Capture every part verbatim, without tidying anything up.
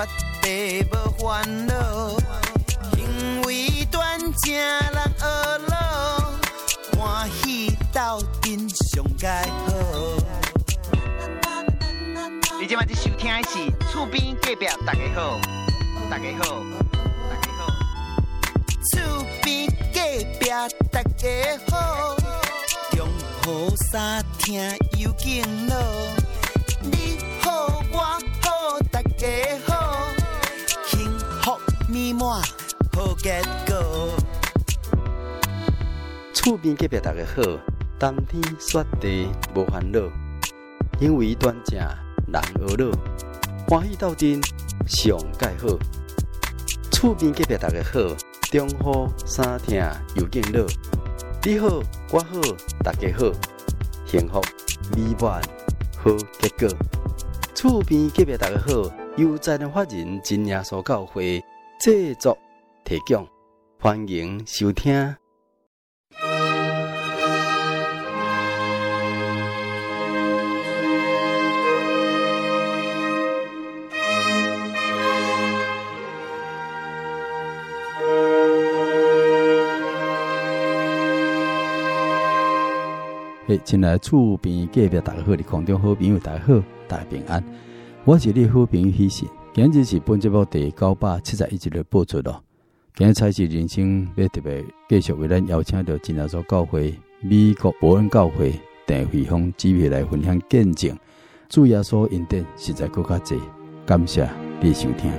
绝对无烦恼，行为端正人学老，欢喜斗阵上该好。你今摆在收听的是厝边隔壁大家好，大家好，大家好，厝边隔壁大家好，中好三听有敬老，你好我好大家好，幸福美满好结果。 厝边隔壁大家好，冬天雪地无烦恼，行为端正人学老，欢喜斗阵上介好。厝边隔壁大家好，中好三听又敬老，你好我好大家好，幸福美满好结果。厝边隔壁大家好，由在人法人真耶稣教会制作提供，欢迎收听。亲爱的厝边隔壁大家好，你空中好朋友大家好，大家平安。我是你好朋友喜信，今日是本节目第九百七十一集的播出咯。今日才是人生要特别继续为咱邀请到真耶稣教会美国伯恩教会陈慧芳姊妹来分享见证，主耶稣恩典实在更加多，感谢你收听。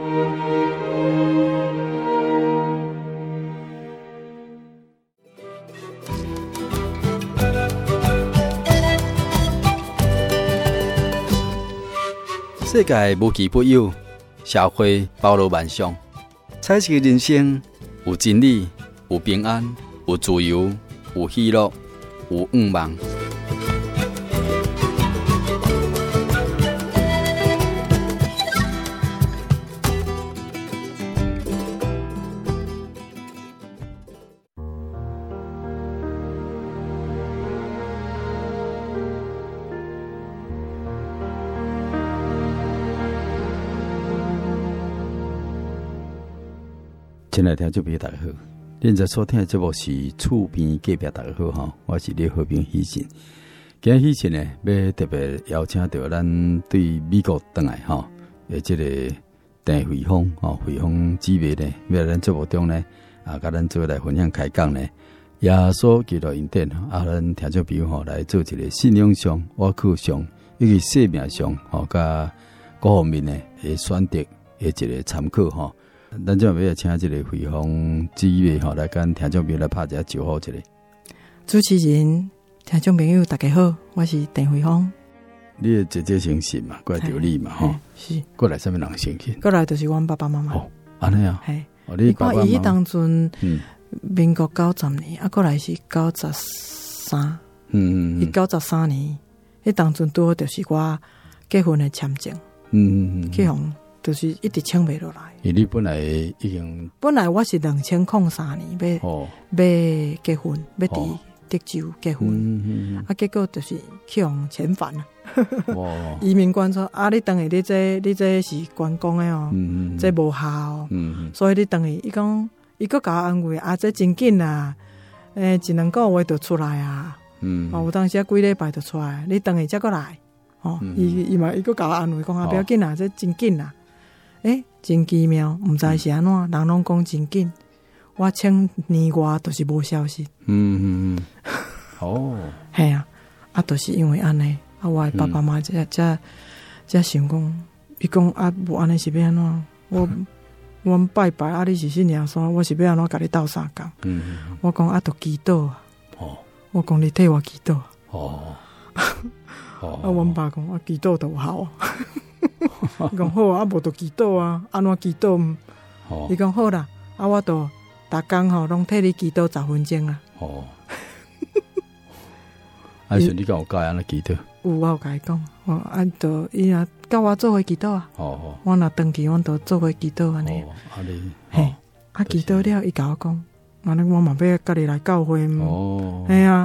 世界无奇不有，社会包罗万象，彩色人生有真理，有平安，有自由，有喜乐，有愿望。亲爱的听众朋友大家好，现在所听的节目是厝边隔壁大家好哈，我是你好朋友喜信。今日喜信呢，要特别邀请到咱对美国回来哈，诶，这个陈慧芳哈，慧芳姊妹呢，要咱节目中呢，啊，甲咱做来分享开讲呢，耶稣基督恩典啊，咱听众朋友吼来做一个信仰上、活口上以及生命上吼，甲各方面呢诶选择诶一个参考吼。咱就要请这个慧芳姊妹吼来跟听众朋友来拍一下招呼一下。 主持人、听众朋友大家好，我是陈慧芳。 你的姐姐姓信嘛，过来着你嘛吼。 是。 过来什么人姓信？ 过来就是阮爸爸妈妈。 哦，安尼啊。 系。 哦，你爸爸妈妈。 伊当阵， 嗯， 民国九十年，啊，过来是九十三。嗯嗯嗯。伊九十三年，迄当阵拄好就是我结婚的签证。嗯嗯嗯。去互。就是一直签袂落来。 你本来已经本来我是两千零三年要、哦、要结婚，要伫德州结婚，嗯嗯嗯、啊，结果就是去用遣返啦。哦、移民官说啊，你等于你这你这是官公的哦，嗯嗯、这无效哦，嗯嗯、所以你等于伊讲，伊个甲我安慰啊，这真紧啦，诶，一两个月就出来啊，嗯、哦，有当时啊几礼拜就出来，你等于再过来，哦，伊伊嘛伊个甲我安慰讲啊，不要紧啦，这真紧啦。诶，真奇妙，毋知是安怎，人拢讲真紧。我签年外都是无消息。嗯嗯嗯。哦。系啊，啊，都、就是因为安尼，啊，我的爸爸妈妈才才才想讲，伊讲啊，无安尼是要安怎？我阮拜拜啊，你是信耶稣，我是要安怎甲你斗相共？嗯嗯。我讲啊，都祈祷啊。哦。我讲你替我祈祷。哦。哦。啊，阮爸讲啊，祈祷都有效。讲好啊，无就祈祷啊，安怎祈祷？伊讲好啦，啊，我都逐工吼拢替你祈祷十分钟啊。哦， 啊，是你讲有教安尼祈祷？ 有，我有甲伊讲，哦，啊，都伊若教我做伙祈祷啊。哦哦，我若登记，阮都做伙祈祷安尼。哦，啊你，嘿，啊祈祷了，伊甲我讲，安尼我嘛要甲你来教会。哦，系啊，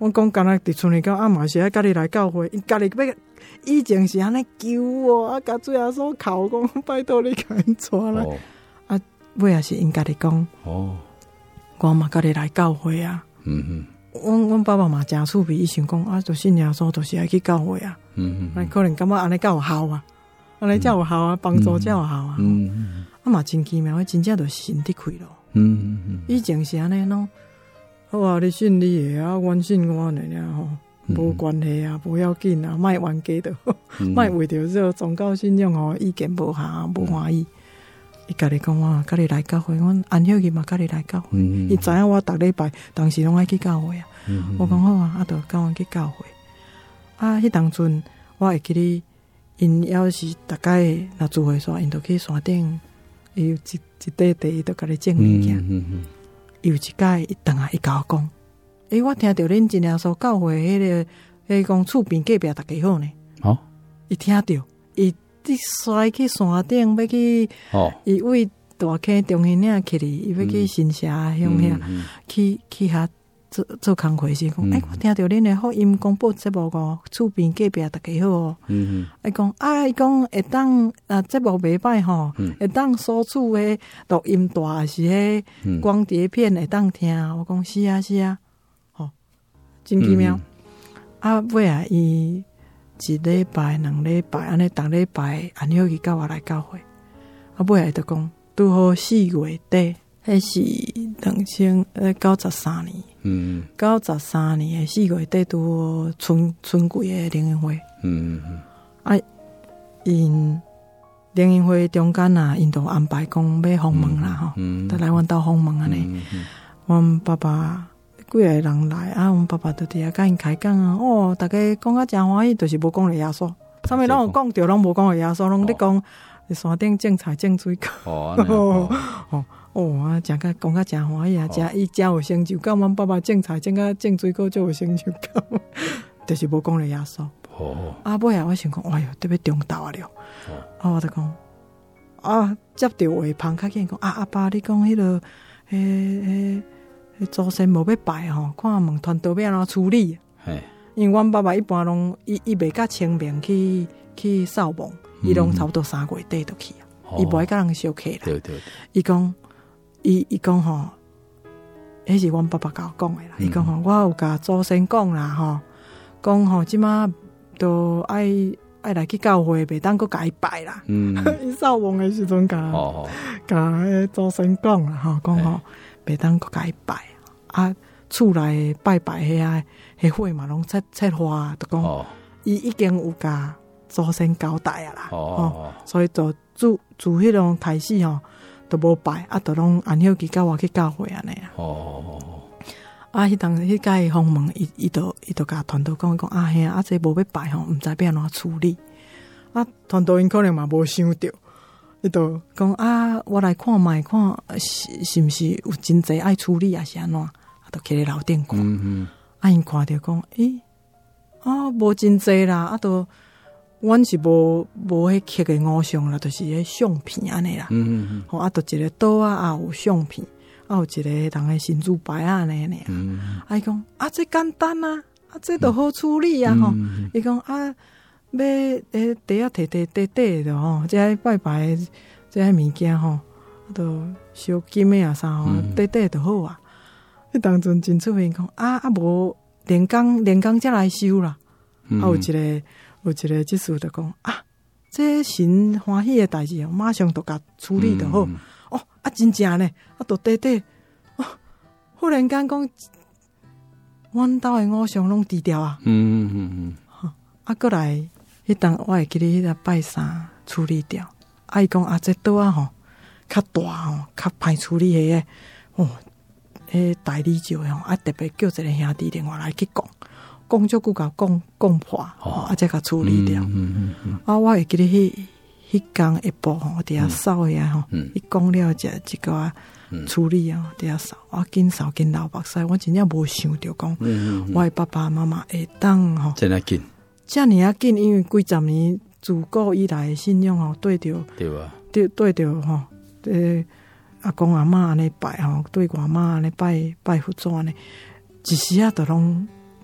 我讲敢若伫厝里讲啊嘛是爱家己来教会，伊家己要以前是安尼求我，啊甲主耶稣哭讲拜托你甲因带来，哦、啊尾也是因家己讲，哦，我嘛家己来教会啊，嗯嗯。阮阮爸爸嘛真趣味，伊想讲啊，就信耶稣，就是爱去教会啊。嗯嗯，可能感觉安尼较有效啊，安尼才有效啊，帮助才有效啊。嗯嗯，啊嘛真奇妙，真正就是神伫开咯。嗯嗯嗯，以前是安尼喏，好啊，你信你的啊，阮信我的尔吼，无关系啊，不要紧啊，莫冤家的，莫为着这个宗教信仰吼意见无合无欢喜。伊家己讲我，家己来教会，阮安休日嘛，家己来教会。伊知影我逐礼拜，当时拢爱去教会啊。嗯、我讲好啊，啊，就跟阮去教会。啊，迄当阵我会记哩，因要是大概若聚会煞，因就去山顶，伊有一一块地，伊就甲你种物件。嗯嗯、有一摆，伊转来，伊甲我讲：，诶、欸，我听到恁真耶稣教会迄、那个，迄讲厝边隔壁大家好呢。哦，伊听到，伊。伫摔去山顶，要去，伊、哦、为大溪中心岭去哩，伊要去新社乡遐、嗯，去去遐做做工课时讲，哎、嗯欸，我听到恁的好音广播节目哦，厝边隔壁大家好哦。嗯嗯，伊讲啊，伊讲会当啊节目袂歹吼，会、嗯、当所处的录音带还是迄光碟片会当听。我讲是啊是啊，吼、哦，真奇妙。嗯、啊，尾啊伊。一礼拜、两礼拜，安尼逐礼拜安休日甲我来教会。啊，尾来就讲，拄好四月底，迄是两千呃九十三年。嗯，九十三年诶四月底拄好春春季诶联谊会。嗯嗯啊，因联谊会中间啊，因都安排讲要访问啦吼，嗯，得来阮兜访问安尼。阮爸爸。几个人来啊？阮爸爸就伫遐甲因开讲啊！哦，大家讲啊真欢喜，就是无讲着耶稣，啥物拢有讲着，拢无讲着耶稣，拢咧讲山顶种菜种水果。哦，哦，哦啊，真甲讲啊真欢喜啊！真伊真有成就感。阮爸爸种菜种啊种水果就有成就感，就是无讲着耶稣。哦，啊尾啊，我想讲，哎哟，特别中道啊了。啊，我就讲啊，接着话旁较紧讲啊，阿爸，你讲迄个，诶诶。祖先无要拜吼，看问团队要安怎处理。因为阮爸爸一般拢伊伊袂甲清明去去扫墓，伊拢差不多三月底就去啊，伊无爱甲人相客啦。对对。伊讲，伊伊讲吼，迄是阮爸爸甲我讲的啦。伊讲吼，我有甲祖先讲啦吼，讲吼即马都爱爱来去教会，袂当阁甲伊拜啦。嗯。伊扫墓的时阵甲甲迄祖先讲啦吼，讲吼。袂当阁甲伊拜啊！厝内拜拜遐啊，迄火嘛拢切切花，就讲伊已经有甲祖先交代啊啦，哦，哦所以就自自迄种开始吼，都无拜啊，都拢安休期甲我去教会安尼啊。哦，啊，迄当迄届访问，伊伊都伊都甲团队讲讲啊，嘿啊，这无要拜吼，毋知要安怎处理啊？团队因可能嘛无想到。伊就讲啊，我来看卖看是是毋是有真济爱处理，还是安怎？啊，就起咧楼顶看。嗯嗯啊，因看着讲，诶、欸，啊，无真济啦，啊，都阮是无无迄刻嘅偶像啦，就是迄相片安尼啦。嗯嗯嗯。吼，啊，就一个刀啊，啊有相片，啊有一个人嘅神主牌啊安尼呢。嗯嗯。啊，伊讲啊，这简单啊，啊，这都好处理啊吼。伊讲啊。要诶，地啊，摕摕地地的吼，即个拜拜，即个物件吼，都烧金的啊啥吼，地地就好啊。迄当阵真出名讲啊啊，无连工连工才来收啦。啊，有一个有一个即事就讲啊，这神欢喜的代志哦，马上就甲处理就好。哦，啊，真正呢，啊，都地地哦，忽然间讲，阮兜的偶像拢低调啊。嗯嗯嗯嗯。啊，过来。迄当我会记得迄个拜三处理掉，啊伊讲啊，这刀啊吼较大吼，较歹处理迄个哦，迄代理就吼啊特别叫一个兄弟另外来去讲，讲足久甲讲讲破，哦、啊才甲处理掉。嗯嗯嗯、啊，我会记得迄迄天下晡吼，我伫遐扫遐吼，伊讲了一一个处理啊，伫遐扫，我紧扫紧流目屎，我真正无想着讲，嗯嗯、我的爸爸妈妈会当吼，真系紧。遮尔啊紧，因为几十年自古以来的信仰吼，对着对啊，对对着吼，呃阿公阿嬷安尼拜吼，对外妈安尼拜拜佛祖安尼，一时啊都拢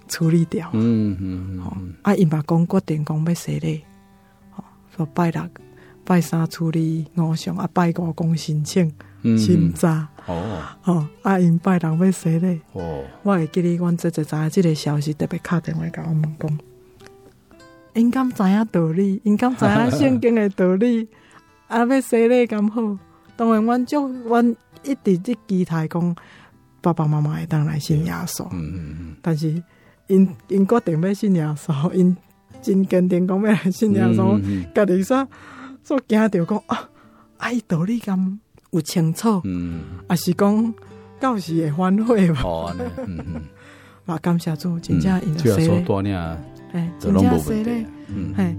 处理掉。嗯嗯嗯。哦，啊，因嘛讲决定讲要洗礼，哦，说拜六、拜三处理五常，啊，拜五讲申请新查。哦哦，啊，因拜六要洗礼。哦，我会记得，阮姐姐知影这个消息，特别打电话甲我问讲，因敢知影道理，因敢知影圣经的道理，啊，要洗礼咁好。当然，阮就阮一直伫期待讲。爸爸妈妈会当来信耶稣，嗯嗯嗯，但是因因决定要信耶稣，因真坚定讲要来信耶稣，家己煞所惊着讲啊，啊伊道理咁有清楚，嗯，啊是讲到时会反悔吧？哦，嗯嗯，嘛感谢主，真正因就说多领， 哎，真正说咧，嗯，嘿。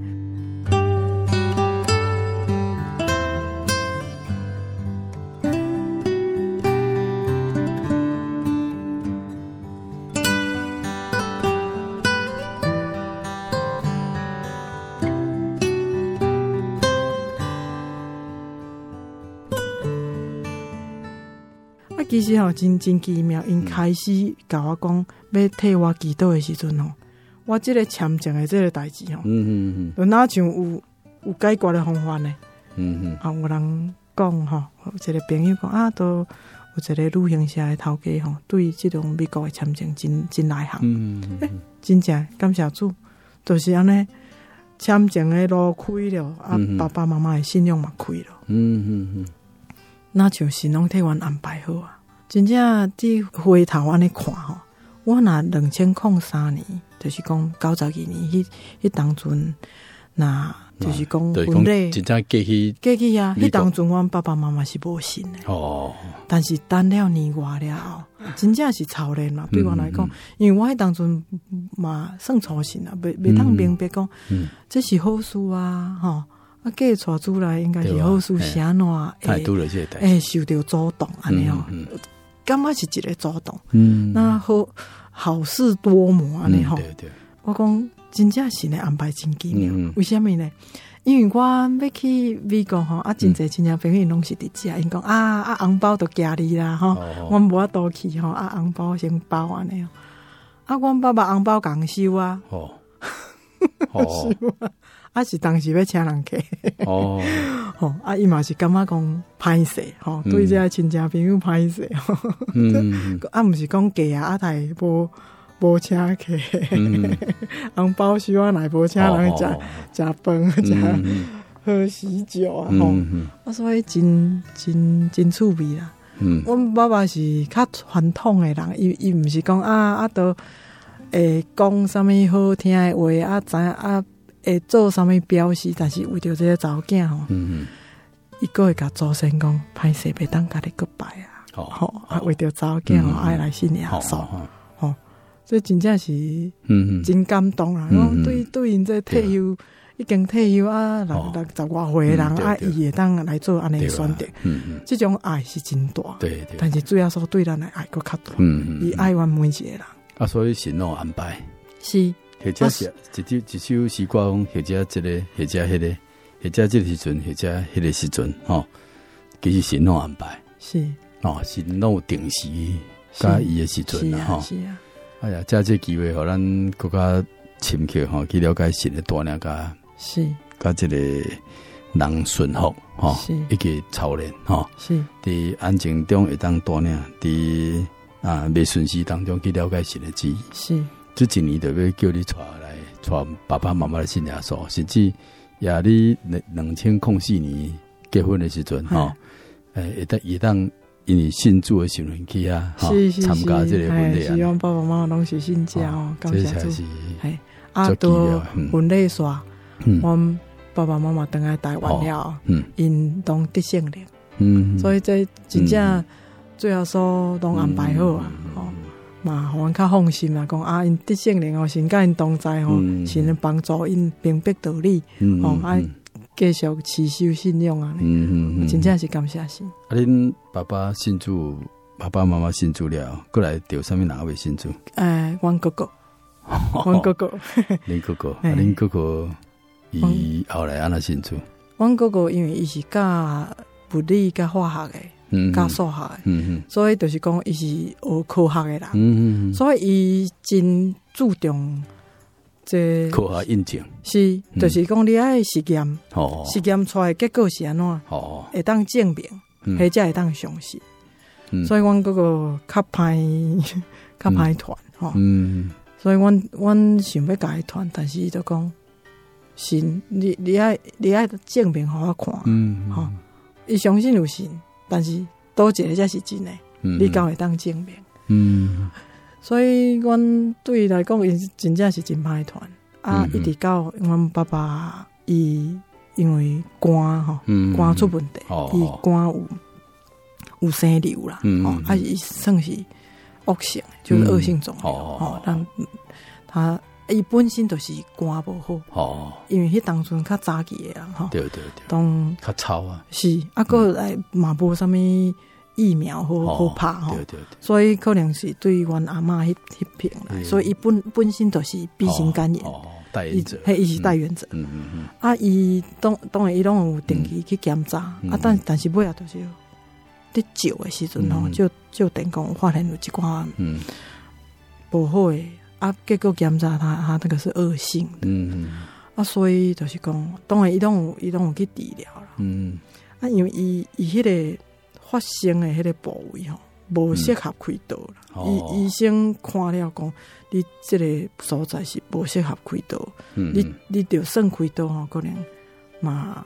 其实吼真真奇妙，因开始甲我讲要替我祈祷的时阵吼，我即个签证的即个代志吼，嗯嗯嗯，哪像有有解决的方法呢？嗯嗯，啊，有人讲吼，有一个朋友讲啊，都有一个旅行社的头家吼，对即种美国的签证真真内行，嗯嗯，欸，真正感谢主，就是安尼签证的路开了，啊，嗯，爸爸妈妈的信用嘛开了，嗯嗯嗯，那像神拢替阮安排好啊。真正伫回头安尼看吼，我若两千零三年，就是讲九十二年，迄迄当阵，那就是讲婚礼， 真正过去过去啊！迄当阵，阮爸爸妈妈是无信的哦。但是等了年外了后，真正是操练嘛。对我来讲，因为我迄当阵嘛算粗信啊，袂袂当明白讲，这是好事啊，吼。啊，嫁娶出来应该是好事，是安怎会会受到阻挡安尼吼。感觉是一个主动，嗯，那好好事多磨安尼吼。我讲真正是来安排真奇妙，嗯，为什么呢？因为我要去美国吼，啊，真侪亲戚朋友拢是伫遮，因讲啊啊，红包都寄你啦吼，我无法度去吼，啊，红包先包安尼。啊，阮爸爸红包共收啊，哦，收啊。啊，是当时要请人客哦，吼啊，伊嘛是感觉讲歹势吼，对这些亲戚朋友歹势吼，嗯，啊，毋是讲假啊，啊，台无无请客，嗯，红包收啊，来无请人食食饭食喝喜酒啊，吼，啊，所以真真真趣味啦。嗯，阮爸爸是较传统的人，伊伊毋是讲啊啊，都会讲啥物好听的话啊，知啊。会做啥物表示，但是为着这个查某囝吼，嗯，伊个会甲祖先讲，歹势袂当家己个拜啊，吼，啊为着查某囝吼爱来信耶稣，吼，所以真正是，嗯真感动啦。讲对对因这退休已经退休啊，六六十外岁的人啊，伊会当来做安尼选择，嗯嗯，这种爱是真大，对对，但是主要说对咱的爱佫较大，嗯嗯，伊爱阮每一个人， 啊，所以神拢安排是。 或者是一首一首诗歌讲，或者这个，或者迄个，或者这个时阵，或者迄个时阵，吼，其实神拢安排， 是哦，神拢有定时甲伊的时阵啦，吼。是啊，哎呀，借这机会，互咱更加深刻吼，去了解神的大能甲， 是甲这个人顺服吼，一个操练吼， 是伫安静中会当大能，伫啊未顺时当中去了解神的旨意， 是。 这一年就要叫你带来带爸爸妈妈来信耶稣，甚至也你两千零四年结婚的时阵吼，诶，会当会当因为信主的时阵去啊，参加这个婚礼啊。 希望爸爸妈妈拢是信教哦，感谢主。系啊，到婚礼煞，阮爸爸妈妈等来台湾了，因拢得圣灵，嗯，所以这真正最后说拢安排好啊，吼。嘛，互阮较放心啦，讲啊，因得圣灵哦，神甲因同在吼，神能帮助因明白道理，吼，爱继续持守信仰啊，嗯嗯，真正是感谢神。 啊，恁爸爸信主，爸爸妈妈信主了，过来着啥物人会信主？ 诶，阮哥哥，阮哥哥， 恁哥哥，啊，恁哥哥，伊后来安怎信主？ 阮哥哥因为伊是教物理甲化学诶， 加数学的， 嗯嗯， 所以就是讲伊是学科学的人， 嗯嗯， 所以伊真注重这科学印证， 是，就是讲你爱实验， 哦， 实验出来结果是安怎， 哦， 会当证明，或者会当相信，所以阮嗰个较歹较歹团吼，嗯，所以阮阮想要甲伊团，但是伊就讲。神，你你爱你爱证明互我看，嗯，吼、哦，伊相信有神，但是倒一个才是真诶，嗯、你敢会当证明？嗯，所以阮对伊来讲，伊真正是真歹团啊！一直到阮爸爸伊因为肝吼，肝出问题，伊肝、哦、有有生瘤啦，嗯、哦，啊，伊算是恶性，就是恶性肿瘤，嗯、哦，让他。伊本身就是肝无好，哦，因为迄当阵较早期诶人吼， 对对对， 当较糙啊， 是啊，个来嘛无啥物疫苗好好拍吼，对对对，所以可能是对阮阿嬷迄迄片啦，所以伊本本身就是 B 型肝炎， 哦，代言者， 嘿，伊是代言者，嗯嗯嗯，啊，伊当当然伊拢有定期去检查，啊，但但是尾啊就是伫照诶时阵吼，就就电工发现有一寡嗯无好诶。啊，结果检查他，他那个是恶性的，嗯，啊，所以就是讲，当然伊拢有，伊拢有去治疗啦，嗯，啊，因为伊伊迄个发生的迄个部位吼，无适合开刀啦，医、嗯、醫生看了讲，你这个所在是无适合开刀，嗯、你你就算开刀吼，可能嘛，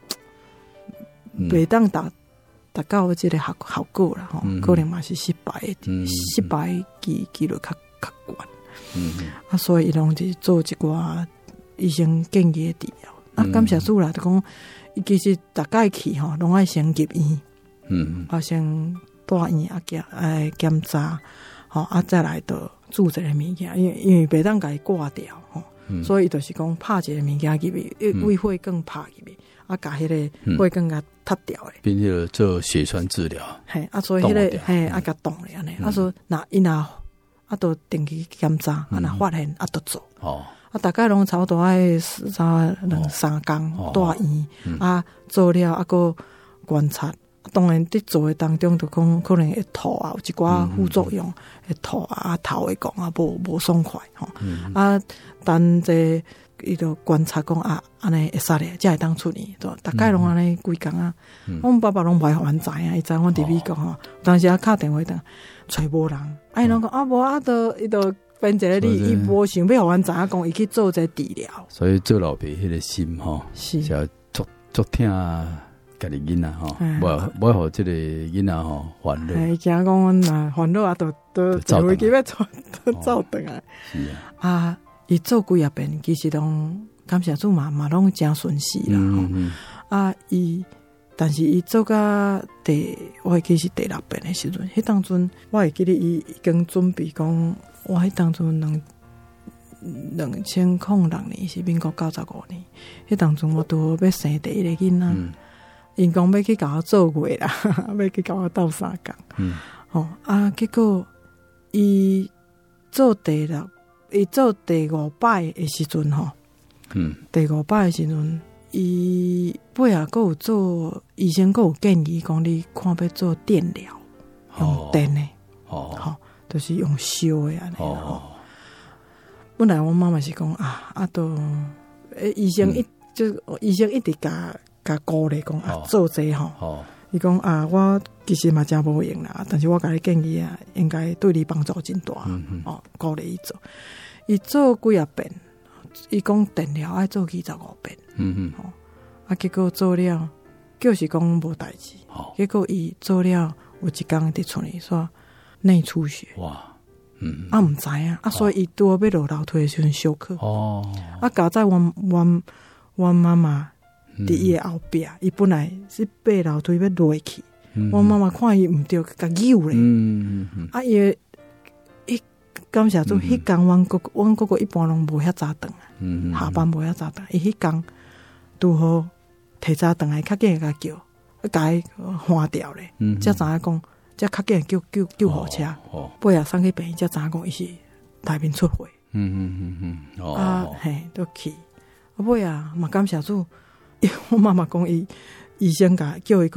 袂当達達到這個效效果啦，吼、嗯，可能嘛是失敗的，嗯、失敗幾幾率較較懸。嗯，啊，所以伊攏是做一寡醫生建議的治療。啊，感謝主啦，就講，伊其實大概去吼，攏愛先入院，嗯，啊，先住院啊檢誒檢查，吼，啊，再來就注一個物件，因為因為袂當甲伊掛掉，吼，嗯、所以就是講拍一個物件入去，為血管拍入去，啊，甲迄個血管甲脫掉誒， 變咗做血栓治療， 係啊，所以迄、那個係啊，甲凍咧安尼，啊，所以若伊若啊，都定期檢查，啊，若發現啊，都做。哦，啊，大概攏差不多愛三兩三工住院，啊，做了啊，個觀察。當然，佇做誒當中，就講可能會吐啊，有一寡副作用，會吐啊，頭會講啊，無無爽快吼。啊，但這伊就觀察講啊，安尼會使咧，才會當出院。大概攏安尼幾工啊。阮爸爸攏袂互阮知影，伊知阮佇美國吼，當時啊敲電話等找無人。啊，伊攏講啊，無啊，都伊都變一個你，伊無想要互阮知影，講伊去做這治療。所以做老爸迄個心吼，是要足足疼家己囡仔吼，無無互即個囡仔吼煩惱。 係驚講阮若煩惱啊，都都坐飛機要走都走轉來。是啊，啊，伊做幾啊遍，其實攏感謝主嘛嘛攏真順勢啦。啊，伊。但是伊做到第，我會記是第六遍的時陣，迄當陣我會記得伊已經準備講，我迄當陣兩兩千零六年是民國九十五年，迄當陣我都要生第一個囡仔，因講、嗯、要去甲我做月啦，要去甲我鬥三工，嗯、哦啊，結果伊做第六，伊做第五擺的時陣吼，嗯、第五擺的時陣。伊尾啊，閣有做醫生，閣有建議講，你看要做電療，用電的，哦，吼，就是用燒的安尼吼。本來我媽媽是講啊，啊都，誒，醫生一、嗯、就醫生一直甲甲鼓勵講啊，做這吼，伊講啊，我其實嘛真無用啦，但是我甲你建議啊，應該對你幫助真大，嗯嗯哦，鼓勵伊做，伊做幾啊遍。伊講電療愛做二十五遍，嗯嗯，吼，啊，結果做了，就是講無代誌，結果伊做了有一工佇厝裡說內出血，哇，嗯，啊毋知啊，啊，所以伊拄好要落樓梯的時陣小可，哦，啊，加在阮阮阮媽媽佇伊的後壁，伊本來是爬樓梯要落去，阮媽媽看伊毋對，甲扭咧，嗯嗯，啊伊。感謝主，迄工阮哥阮哥哥一般攏無遐早轉啊，下班無遐早轉。伊迄工拄好提早轉來，較緊甲叫，甲伊換掉咧，才知影講，才較緊叫救救護車，尾啊送去病院，才知影講伊是內面出血。嗯嗯嗯嗯，啊嘿，都去。啊尾啊嘛感謝主，我媽媽講伊醫生甲叫伊講，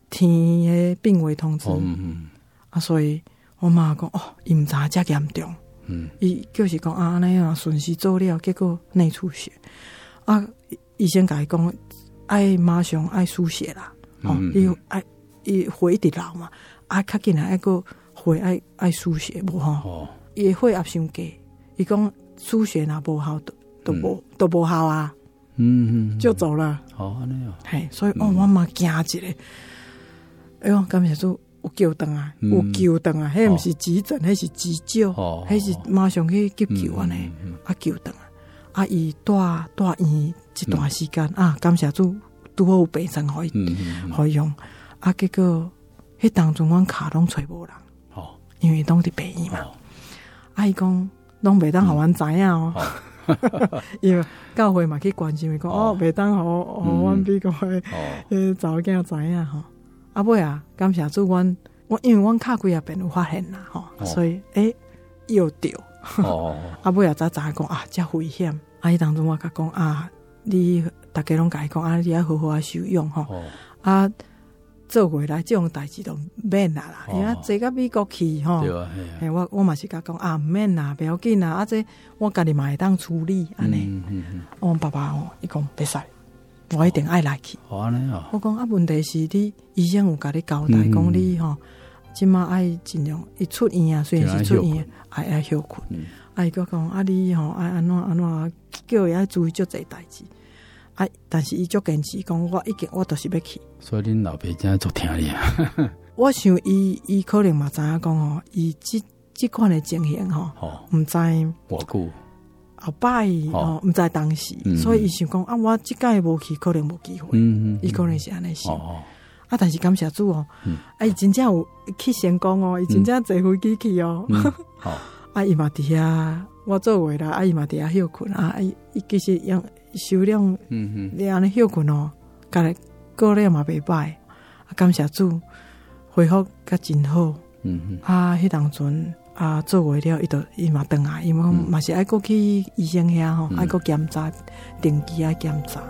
天的病危通知， 嗯嗯， 啊，所以我妈讲哦，伊毋知影遮严重，嗯，伊就是讲啊，安尼啊，顺势做了，结果内出血，啊，医生甲伊讲，爱马上爱输血啦，哦，伊爱伊血一直流嘛，啊，较紧来爱个血爱爱输血无吼，伊血压伤低，伊讲输血若无效，都都无都无效啊。嗯，就走了。 好，安尼哦。 嘿，所以哦，我嘛惊一个。哎呦，感谢主有救回来，有救回来。迄毋是急诊，迄是急救，迄是马上去急救安尼，啊救回来。啊，伊住住院一段时间啊，感谢主拄好有病床可以可以用。啊，结果迄当中阮卡拢找无人，哦，因为拢伫病院嘛。啊，伊讲拢袂当互阮知影哦。因为教会嘛去关心，讲哦，袂当互互阮美国诶诶查某囝知影吼。啊尾啊，感谢主，阮我因为阮卡几啊遍有发现啦吼，所以诶又着。啊尾啊才知影讲啊，遮危险。啊，伊当中我甲讲啊，你大家拢甲伊讲啊，你要好好啊受用吼。啊，做回来这种代志都免啦啦，因为坐到美国去吼，嘿，我我嘛是甲讲啊，唔免啦，不要紧啦，啊这我家己嘛会当处理安尼。我爸爸哦，伊讲别使，我一定爱来去。 安尼哦。 我讲啊，问题是你医生有甲你交代，讲你吼，即马爱尽量一出院啊，虽然是出院，爱爱休困。啊，伊个讲啊，你吼爱安怎安怎，叫伊爱注意足侪代志。啊！但是伊足坚持讲，我已经我就是要去。所以恁老爸真足听你啊！ 我想伊伊可能嘛知影讲吼，伊即即款的情形吼，毋知偌久后摆吼，毋知当时，所以伊想讲啊，我即届无去，可能无机会。嗯嗯，伊可能是安尼想。啊，但是感谢主哦，啊，伊真正有去成功哦，伊真正坐飞机去哦。好，啊，伊嘛伫遐，我做话啦，啊，伊嘛伫遐休困啊，伊伊其實用。收量，嗯嗯，你安尼休困哦，家己过了嘛袂歹，啊，感谢主恢复甲真好，嗯嗯，啊，迄当阵啊做话了，伊就伊嘛转来，因为嘛是爱过去医生遐吼，爱过检查，定期爱检查。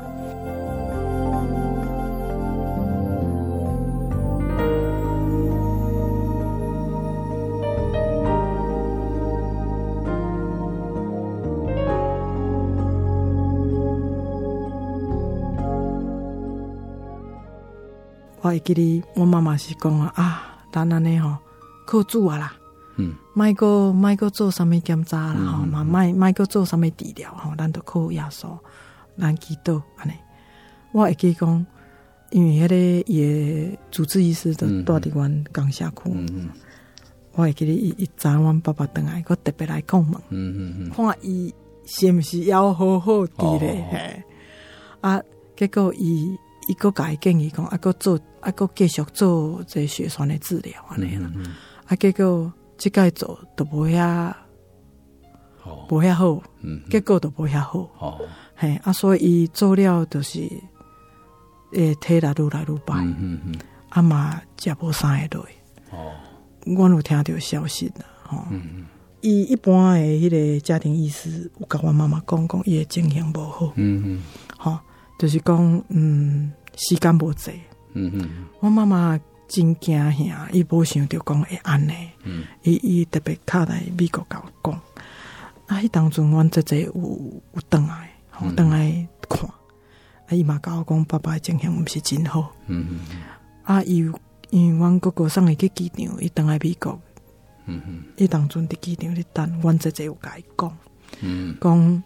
我会记得我妈妈是讲啊，啊，咱安尼吼靠主啊啦，嗯，莫个莫个做啥物检查啦吼，嘛莫莫个做啥物治疗吼，咱都靠耶稣，咱祈祷安尼。我会记讲，因为迄个伊诶主治医师都住伫阮江社区，嗯、我会记得伊伊知阮爸爸转来，佮特别来讲问，嗯嗯嗯，看伊是毋是要好好治咧，嘿、哦，啊，结果伊。伊个甲伊建议讲，啊，个做，啊，个继续做这血栓的治疗安尼啦。啊，结果即届做都无遐，无遐好，结果都无遐好。嘿，啊，所以伊做了就是，诶，体力愈来愈歹，啊嘛食无啥会落。哦，我有听到消息啦，吼。伊一般的迄个家庭医师有甲我妈妈讲讲，伊的情形无好。嗯嗯，吼，就是讲，嗯。时间无济，嗯嗯，我妈妈真惊吓，伊无想到讲会安尼，嗯，伊伊特别敲来美国甲我讲，啊，迄当阵阮姐姐有有倒来，吼，倒来看，啊，伊嘛甲我讲，爸爸的情形毋是真好，嗯嗯，啊，伊因为阮哥哥送伊去机场，伊倒来美国，嗯嗯，伊当阵伫机场咧等，阮姐姐有甲伊讲，嗯，讲。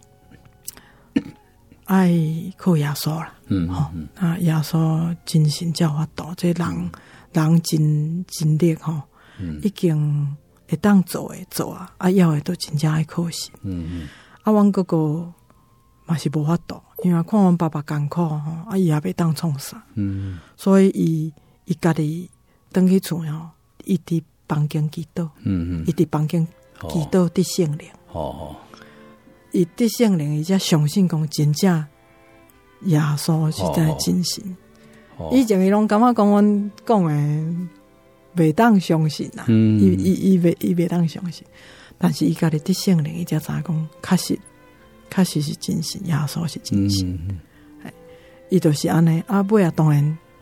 爱靠耶稣啦，嗯，吼、嗯，啊，耶稣真神才有法度，这人、嗯、人真真力吼，嗯、已经会当做诶做啊，啊，要诶都真正爱靠神，嗯嗯，啊，阮哥哥嘛是无法度，因为看阮爸爸艰苦吼，啊，伊也袂当创啥，嗯，所以伊伊家己转去厝吼，伊伫房间祈祷，嗯嗯，伊伫房间祈祷得圣灵，哦。伊得圣灵，伊才相信讲真正耶稣是真真神。哦、以前伊拢感觉讲阮讲诶袂当相信啦，伊伊伊袂伊袂当相信。但是伊家己得圣灵，伊才知影讲，确实确实是真神，耶稣是真神。伊、嗯、就是安尼，啊尾啊当然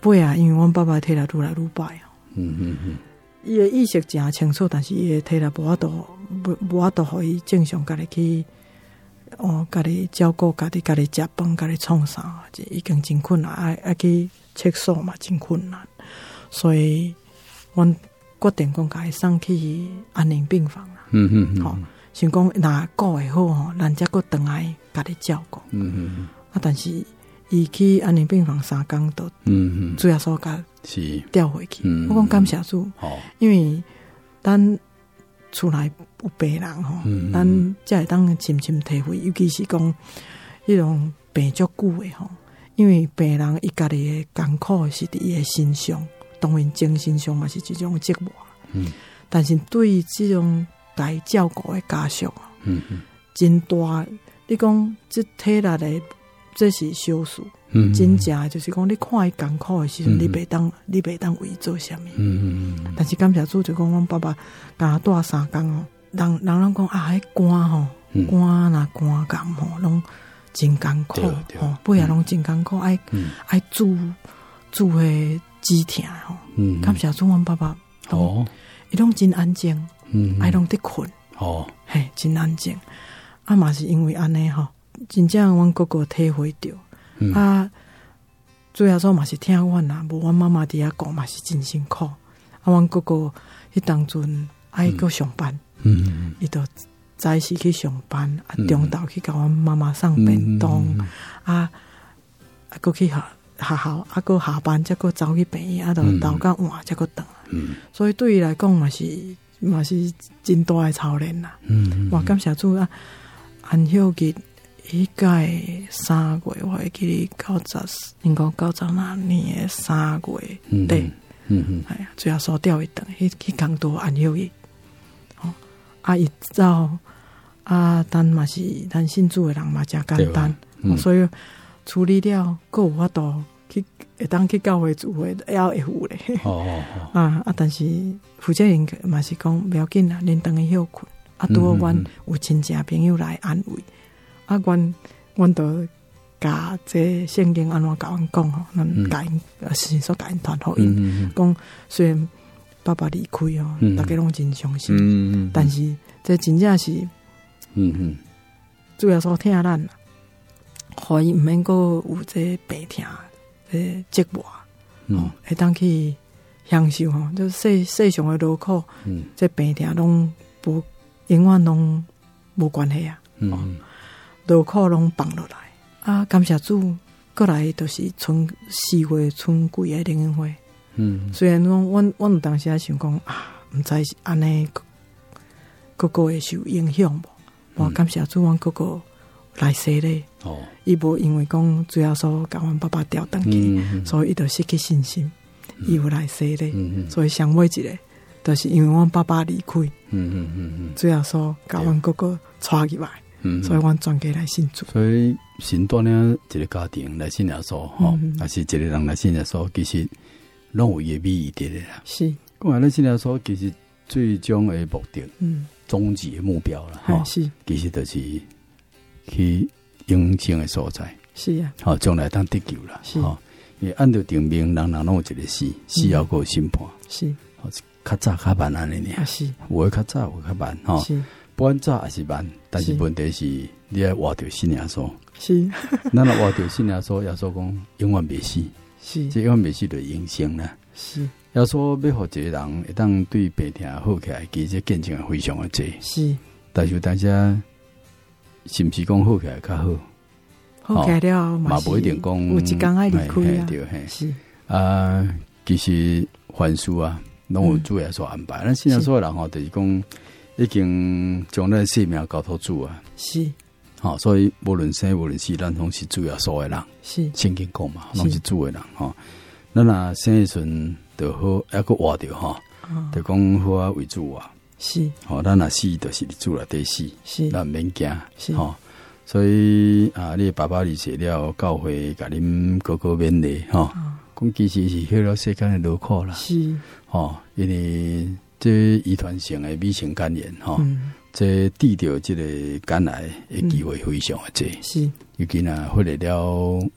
尾啊，因为阮爸爸体力愈来愈歹哦。 嗯嗯嗯。 伊的意识真清楚，但是伊的体力无法度，无无法度，互伊正常家己去，哦，家己照顾家己，家己食饭，家己创啥，已经真困难，爱爱去厕所嘛，真困难。所以，阮决定讲，家己送去安宁病房啦。 嗯嗯嗯。 好，想讲若顾会好吼，咱才佫倒来家己照顾。 嗯嗯。 啊，但是伊去安宁病房三工都，嗯嗯，主要说甲。 是调回去， 嗯、 我讲感谢主， 哦、 因为咱厝内有病人吼，嗯、咱才会当深深体会，尤其是讲迄种病足久的吼，因为病人伊家己的艰苦是伫伊的身上，当然精神上嘛是一种折磨，嗯，但是对于这种该照顾的家属，嗯嗯，真大，你讲这体力的。这是小事，嗯、真正就是讲你看伊艰苦的时阵，嗯、你袂当，你袂当为伊做啥物。嗯嗯但是感謝主就講，阮爸爸甲帶三工哦，人人人講啊，迄肝吼，肝若肝癌吼，攏真艱苦吼，尾仔攏真艱苦，愛愛煮煮迄止疼吼。感謝主，阮爸爸哦，伊攏真安靜，愛攏佇困，哦，嘿，真安靜。啊嘛是因為安尼吼。真正阮哥哥體會到，嗯、啊，主要說嘛是聽阮啦，無阮媽媽佇遐講嘛是真辛苦。啊，阮哥哥迄當陣愛去上班，嗯，伊就早時去上班，啊，中晝去甲阮媽媽送便當，嗯、啊，啊，佫去學學校，啊，佫下班則佫走去病院，啊，就到到晚則佫倒。嗯，所以對伊來講嘛是嘛是真大誒操練啦。嗯，我感謝主啊，安休日。迄屆三月，我會記得九十，應該九十那年的三月底，嗯嗯，係啊，最後收掉一頓，迄迄工多安休日，哦，啊，伊走啊，但嘛是咱信主的人嘛，真簡單，嗯、所以處理了，佫有法度去會當去教會做會要會負咧，哦哦哦，啊啊，但是負責人嘛是講不要緊啦，恁當去休困，啊，拄好阮有親戚朋友來安慰。啊，阮阮都甲這聖經安怎甲阮講吼，咱甲因是說甲因傳互因，講雖然爸爸離開哦，大家攏真傷心，嗯、但是這真正是，嗯嗯，主要說聽咱，互伊毋免擱有這病痛、這折磨，哦，會當去享受吼，就世世上的勞苦，嗯，這病痛攏無永遠攏無關係啊，嗯。勞苦攏放落來啊！感謝主，過來就是春四月春季的聯歡會。嗯，雖然講阮阮有當時啊想講啊，毋知是安尼哥哥會受影響無？我、嗯、感謝主，阮哥哥來洗禮。哦，伊無因為講最後說甲阮爸爸調轉去，嗯、所以伊就失去信心。伊、嗯、有來洗禮，嗯、所以上尾一個，就是因為阮爸爸離開。嗯嗯嗯嗯，最後說甲阮哥哥帶入來。嗯、所以阮全家來信主， 所以神帶領一個家庭來信耶穌，吼，還是一個人來信耶穌，其實攏有伊嘅美意佇咧啦。是，講來咱信耶穌，其實最終嘅目的，嗯，終極嘅目標啦，吼，是，其實就是去永生嘅所在。是啊，好，將來當得救啦，是，吼，因為按照定命，人人攏有一個死，死後個審判，是，好，較早較慢安尼爾，是，有誒較早，有較慢，吼，是。不管早還是慢，但是問題是你要活着信耶穌。是，咱若活着信耶穌，耶穌講永遠袂死。是，這永遠袂死就永生啦。是，耶穌要互一個人會當對病痛好起來，其實見證係非常的多。是，但是大家是毋是講好起來較好？好起來了嘛無一定講有一天愛離開啊。對，是啊，其實凡事啊，攏有主耶穌安排。咱信耶穌的人吼，就是講。已經將咱生命交託主啊，是，好、哦，所以無論生無論死，咱攏是主要所有的人，是，聖經講嘛，攏是主的人，吼、哦，咱若生的時陣就好，還佫活着吼，就講好啊為主啊，是，好、哦，咱若死就是主內底死，是，咱毋免驚，是，吼、哦，所以啊，你爸爸離世了，教會甲恁哥哥勉勵，吼、哦，講、哦、其實是許了世間的勞苦啦，是，吼、哦，因為。這遺傳性的乙型肝炎吼，嗯、這治療這個肝癌的機會非常的多，是、嗯，尤其若忽略了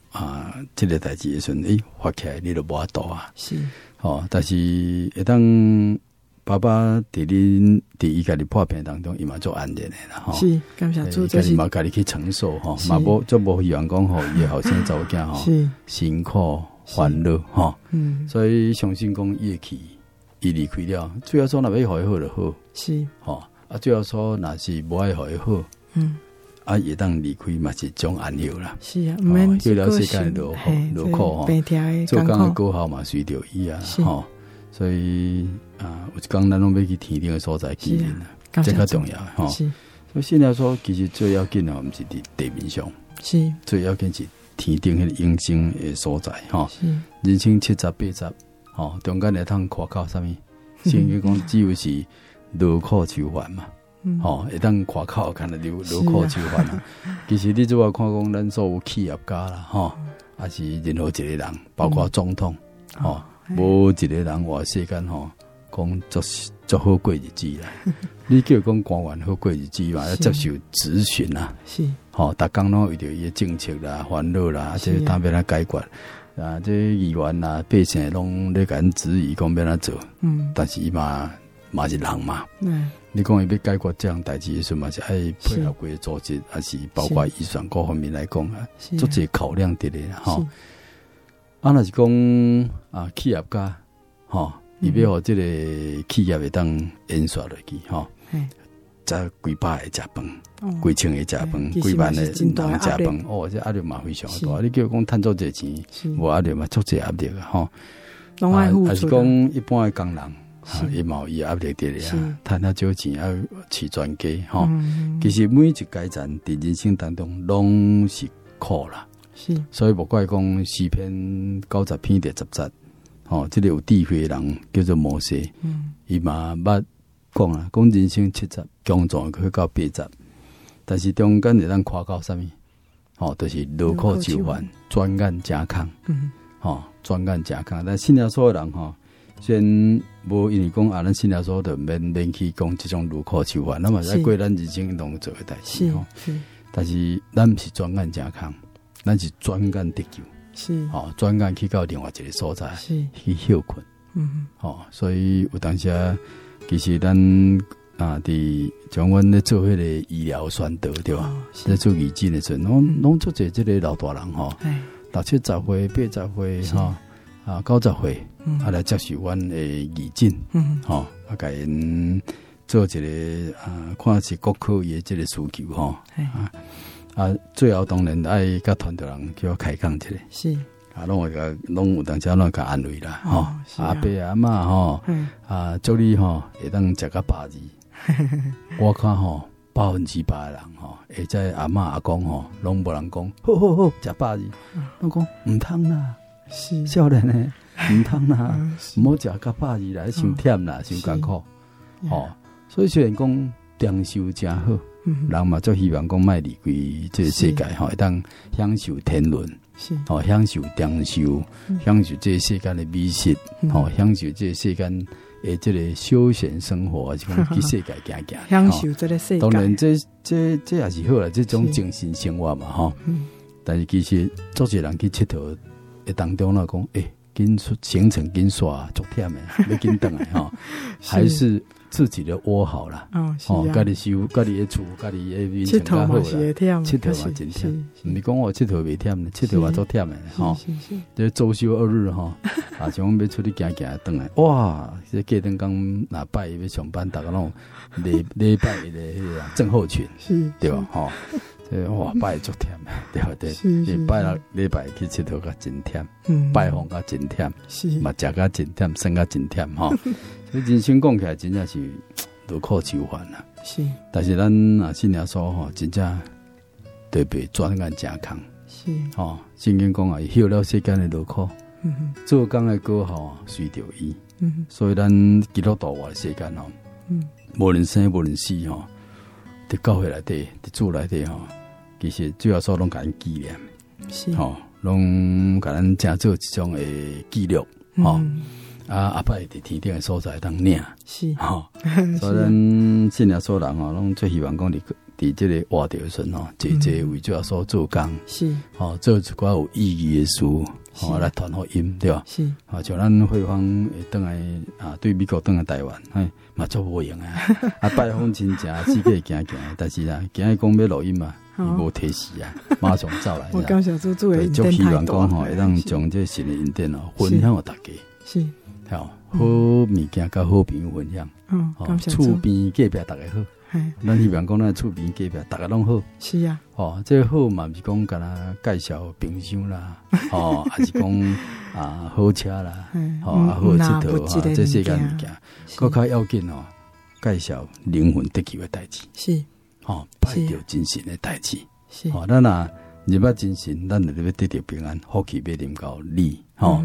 啊，这个代志的时阵，诶，发起来你就无法度啊。 是， 哦，但是一当爸爸伫恁伫伊家己破病当中，伊嘛做安全的啦，吼。 是，感谢主， 这是嘛家己去承受吼，嘛无就无希望讲吼，伊后生查某囝吼， 是辛苦烦恼吼。 嗯， 所以相信讲伊会去，伊离开了，最后说若要互伊好就好， 是， 吼啊，最后说若是无爱互伊好， 嗯。 啊，也当离开嘛是种安乐啦。 是啊，毋免去了世界落落苦吼，做工的过后嘛随着伊啊，吼。所以啊，有一工咱拢要去天顶的所在纪念啦，这较重要吼。所以现在说，其实最要紧的，毋是伫地面上， 是最要紧是天顶迄个永生的所在吼。人生七十八十，吼，中间会通看靠啥物？先去讲，只有是劳苦求烦嘛。吼，会当看靠看得流劳苦求烦啊。其实你做我看讲，咱所有企业家啦，吼，还是任何一个人，包括总统，吼，无一个人话世间吼，讲做做好过日子啦。你叫讲官员好过日子嘛，要接受质询啦，是，吼，逐工拢为着伊的政策啦、烦恼啦，啊，这当要来解决啊，这议员啦、百姓拢咧甲因质疑讲要哪做，嗯，但是伊嘛嘛是人嘛，嗯。你讲伊要解决这样代志的时候嘛，是爱配合规组织，还是包括预算各方面来讲啊，做这考量伫咧吼。啊，若是讲啊，企业家吼，伊要互这个企业会当延续落去吼，才几百个食饭，几千个食饭，几万个人食饭，哦，这压力嘛非常大。你叫讲趁做这钱，无压力嘛，做这压力啊吼。啊，还是讲一般的工人。伊嘛有伊压力伫咧啊，趁较少钱要饲全家吼。嗯、其實每一階段伫人生當中攏是苦啦，是。所以無怪講詩篇九十篇第十節，吼，即個有智慧的人叫做摩西，伊嘛捌講啊，講人生七十，強壯去到八十，但是中間會當看到啥物？吼，就是勞苦愁煩，專眼正空，嗯，吼，專眼正空。但信仰所有人吼。先无因为讲啊，咱信了所就免免去讲这种劳苦愁烦，那么在过咱人生当中做嘅代志吼。但是咱毋是专眼正空，咱是专眼得救，是哦，专眼去到另外一个所在去休困。嗯，哦，所以有当时啊，其实咱啊，伫像阮咧做迄个医疗宣导对吧？咧做义诊的时候，拢拢做者即个老大人吼，六七十岁、八十岁吼。啊，九十岁，嗯、啊来接受阮的义诊，嗯，吼、哦，啊，甲因做一个啊，看是国科伊的这个需求吼，啊，啊，最後當然愛甲團隊人叫我開講一下，是，啊，攏會甲攏有當時攏甲安慰啦，吼、哦，阿伯阿嬷吼，啊，祝你吼會當食甲百二，我看吼百分之百的人吼，會在阿嬷阿公吼，攏無人講，好好好，食百二，攏講唔通啦。是少年呢，唔通啦，唔好食甲百二啦，傷忝啦，傷艱苦，哦，所以雖然講長壽真好，人嘛就希望講賣離開這個世界，吼，會當享受天倫，哦，享受長壽，享受這個世間的美食，哦，享受這個世間誒這個休閒生活，就講去世界行行， 享受這個世界。 當然，這這這也是好啦，這種精神生活嘛，吼。但是其實做些人去佚佗。當中呢講，誒，緊出行程緊刷，足忝誒，要緊等來哈，還是自己的窩好啦。哦，哦，家己收，家己嘅厝，家己嘅面情較好啦。佚佗嘛真忝，唔是講我佚佗袂忝咧，佚佗嘛足忝誒，吼。這周休二日哈，啊，像要出去行行等來，哇，這過燈講哪拜要上班，大家攏禮禮拜嘅迄個症候群，對吧？吼。哇，拜足忝，對不對？是拜六禮拜去佚佗較真忝，拜訪較真忝，嘛食較真忝，生較真忝吼。所以人生講起來真正是勞苦愁煩啦。是，但是咱啊信仰所吼，真正特別專眼正空。是，吼，聖經講啊，休了世間的勞苦，做工的果效隨着伊。所以咱基督徒活世間吼，無論生無論死吼，佇教會內底，佇主內底吼。其實主要說攏甲咱紀念，是吼，攏甲咱正做一種誒記錄，吼、嗯，啊阿伯佇天頂誒所在當領，是吼，所以咱信仰所人吼，攏最希望講佇伫即个活着时阵吼，坐坐为主要所做工， 是， 吼做一寡有意义的事，吼来传福音，对吧？ 是， 啊，像咱慧芳会倒来啊，对美国倒来台湾，嘿，嘛做无用啊，啊拜访亲戚，自己行行，但是啊，今日讲要录音嘛，伊无提示啊，马上走来。 我感谢主主的引电太大，讲吼，会当将这新的引电哦分享给大家， 是， 好，好物件甲好朋友分享， 嗯，感谢主， 厝边隔壁大家好。咱希望讲咱厝边隔壁大家拢好， 是啊， 哦，这个好嘛，毋是讲干那介绍冰箱啦，哦，还是讲啊好车啦，哦啊好佚佗哈，这世间物件，更较要紧哦，介绍灵魂得救的代志， 是， 哦，拜着真神的代志， 是， 哦，咱若入捌真神，咱就要得到平安，福气要临到你，吼。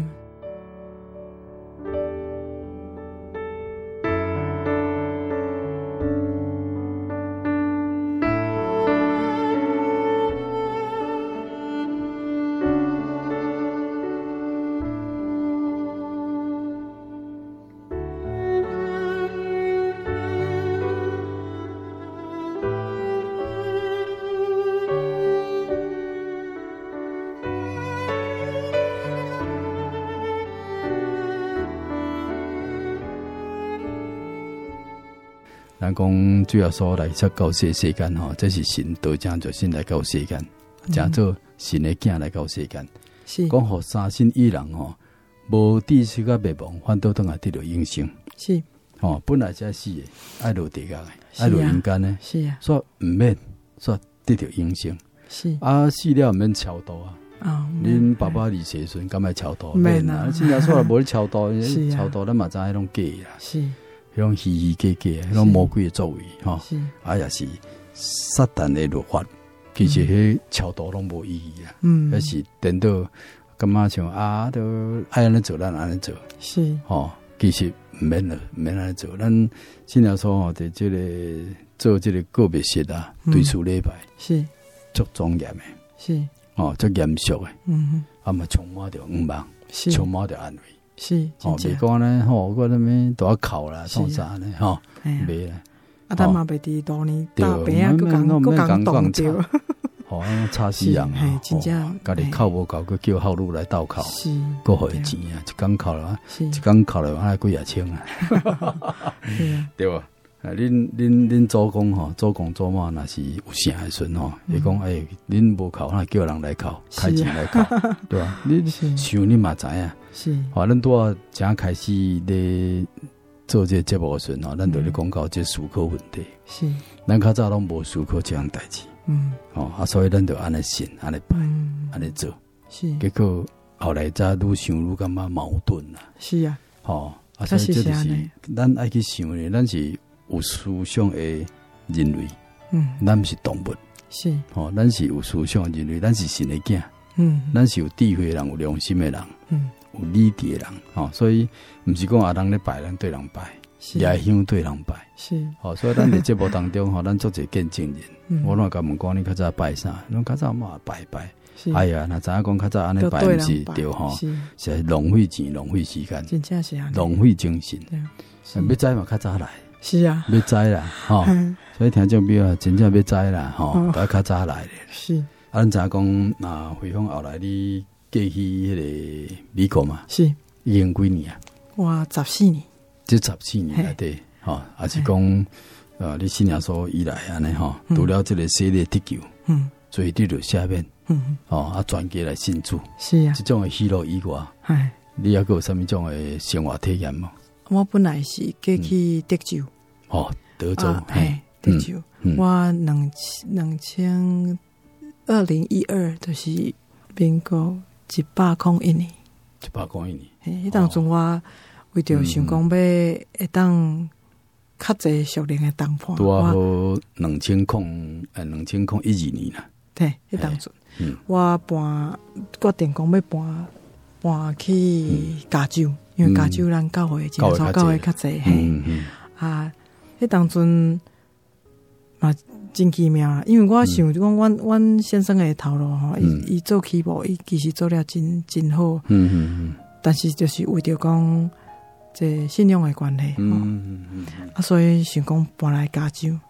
咱讲主要说来出到世世间吼，这是神道成就神来到世间，成做神的囝来到世间。是讲互三心一人吼，无知识甲灭亡，反倒等下得到永生。是吼，本来才死的，爱落地狱的，爱落人间的，是啊，所以毋免，所以得到永生。是啊，死了毋免超度啊。啊，恁爸爸离世时，敢爱超度？免啊，现在说无咧超度，超度咱嘛知迄种假啦。是。迄种虚虚假假，迄种魔鬼的作为，吼，啊也是撒旦的律法，其实迄超度拢无意义啊。嗯，迄是等到感觉像啊，都爱安尼做，咱安尼做，是，吼，其实毋免了，毋免安尼做。咱现在说吼，伫即个做即个个别式啊，对厝礼拜是足庄严的，是，哦，足严肃的，嗯，啊嘛充满着愿望，充满着安慰。是，哦，别讲呢，吼，我那边都要考啦，创啥呢，吼，没啦。啊，咱嘛袂伫多年大病啊，各讲各讲动掉，吼，差死人啊，真正，家己考无够，佮叫校路来倒考，是，够互伊钱啊，一工考了，一工考了，啊，几啊千啊，对吧？啊，恁恁恁祖公吼，祖公祖妈若是有啥的时吼，伊讲诶，恁无考，那叫人来考，开钱来考，对吧？你想你嘛知影。是，啊，咱拄啊，正开始咧做这节目的时候，咱就咧讲到这思考问题。是，咱较早拢无思考这样代志。嗯，哦，啊，所以咱就安尼信，安尼拜，安尼做。是，结果后来才愈想愈感觉矛盾啦。是啊，吼，啊，所以这就是咱爱去想咧，咱是有思想的人类。嗯，咱毋是动物。是，哦，咱是有思想的人类，咱是神的囝。嗯，咱是有智慧的人，有良心的人。嗯。有理智的人，吼，所以毋是讲啊人咧拜，咱对人拜，也香对人拜，是，吼，所以咱伫节目当中，吼，咱做者见证人，我拢甲问讲，你较早拜啥？侬较早嘛拜拜，哎呀，若知影讲较早安尼拜，毋是对吼，是浪费钱、浪费时间，真正是浪费精神，要知嘛较早来，是啊，要知啦，吼，所以听众朋友真正要知啦，吼，都要较早来咧，是，啊，咱知影讲啊，回访后来你。过去迄个美国嘛，是已经几年啊？哇，十四年，这十四年来对，吼，还是讲呃，你新加坡以来安尼吼，除了这个系列得救，嗯，所以得到下面，嗯，哦，啊，转过来信主，是啊，这种的喜乐以外，哎，你还有什么种的生活体验吗？我本来是过去德州，哦，德州，哎，德州，我两两千二零一二就是民国。一百空一年，一百空一年。嘿，迄当阵我为着想讲要会当较济熟练的谈判，拄啊好两千空诶，两千空一二年啦。对，迄当阵，我搬决定讲要搬搬去加州，因为加州咱教会真少教会较济，嘿，啊，迄当阵嘛。真奇妙啦，因为我想就讲，阮阮先生的头路吼，伊伊做起步，伊其实做了真真好。嗯嗯嗯。但是就是为着讲这信仰的关系，嗯嗯嗯，啊，所以想讲搬来加州，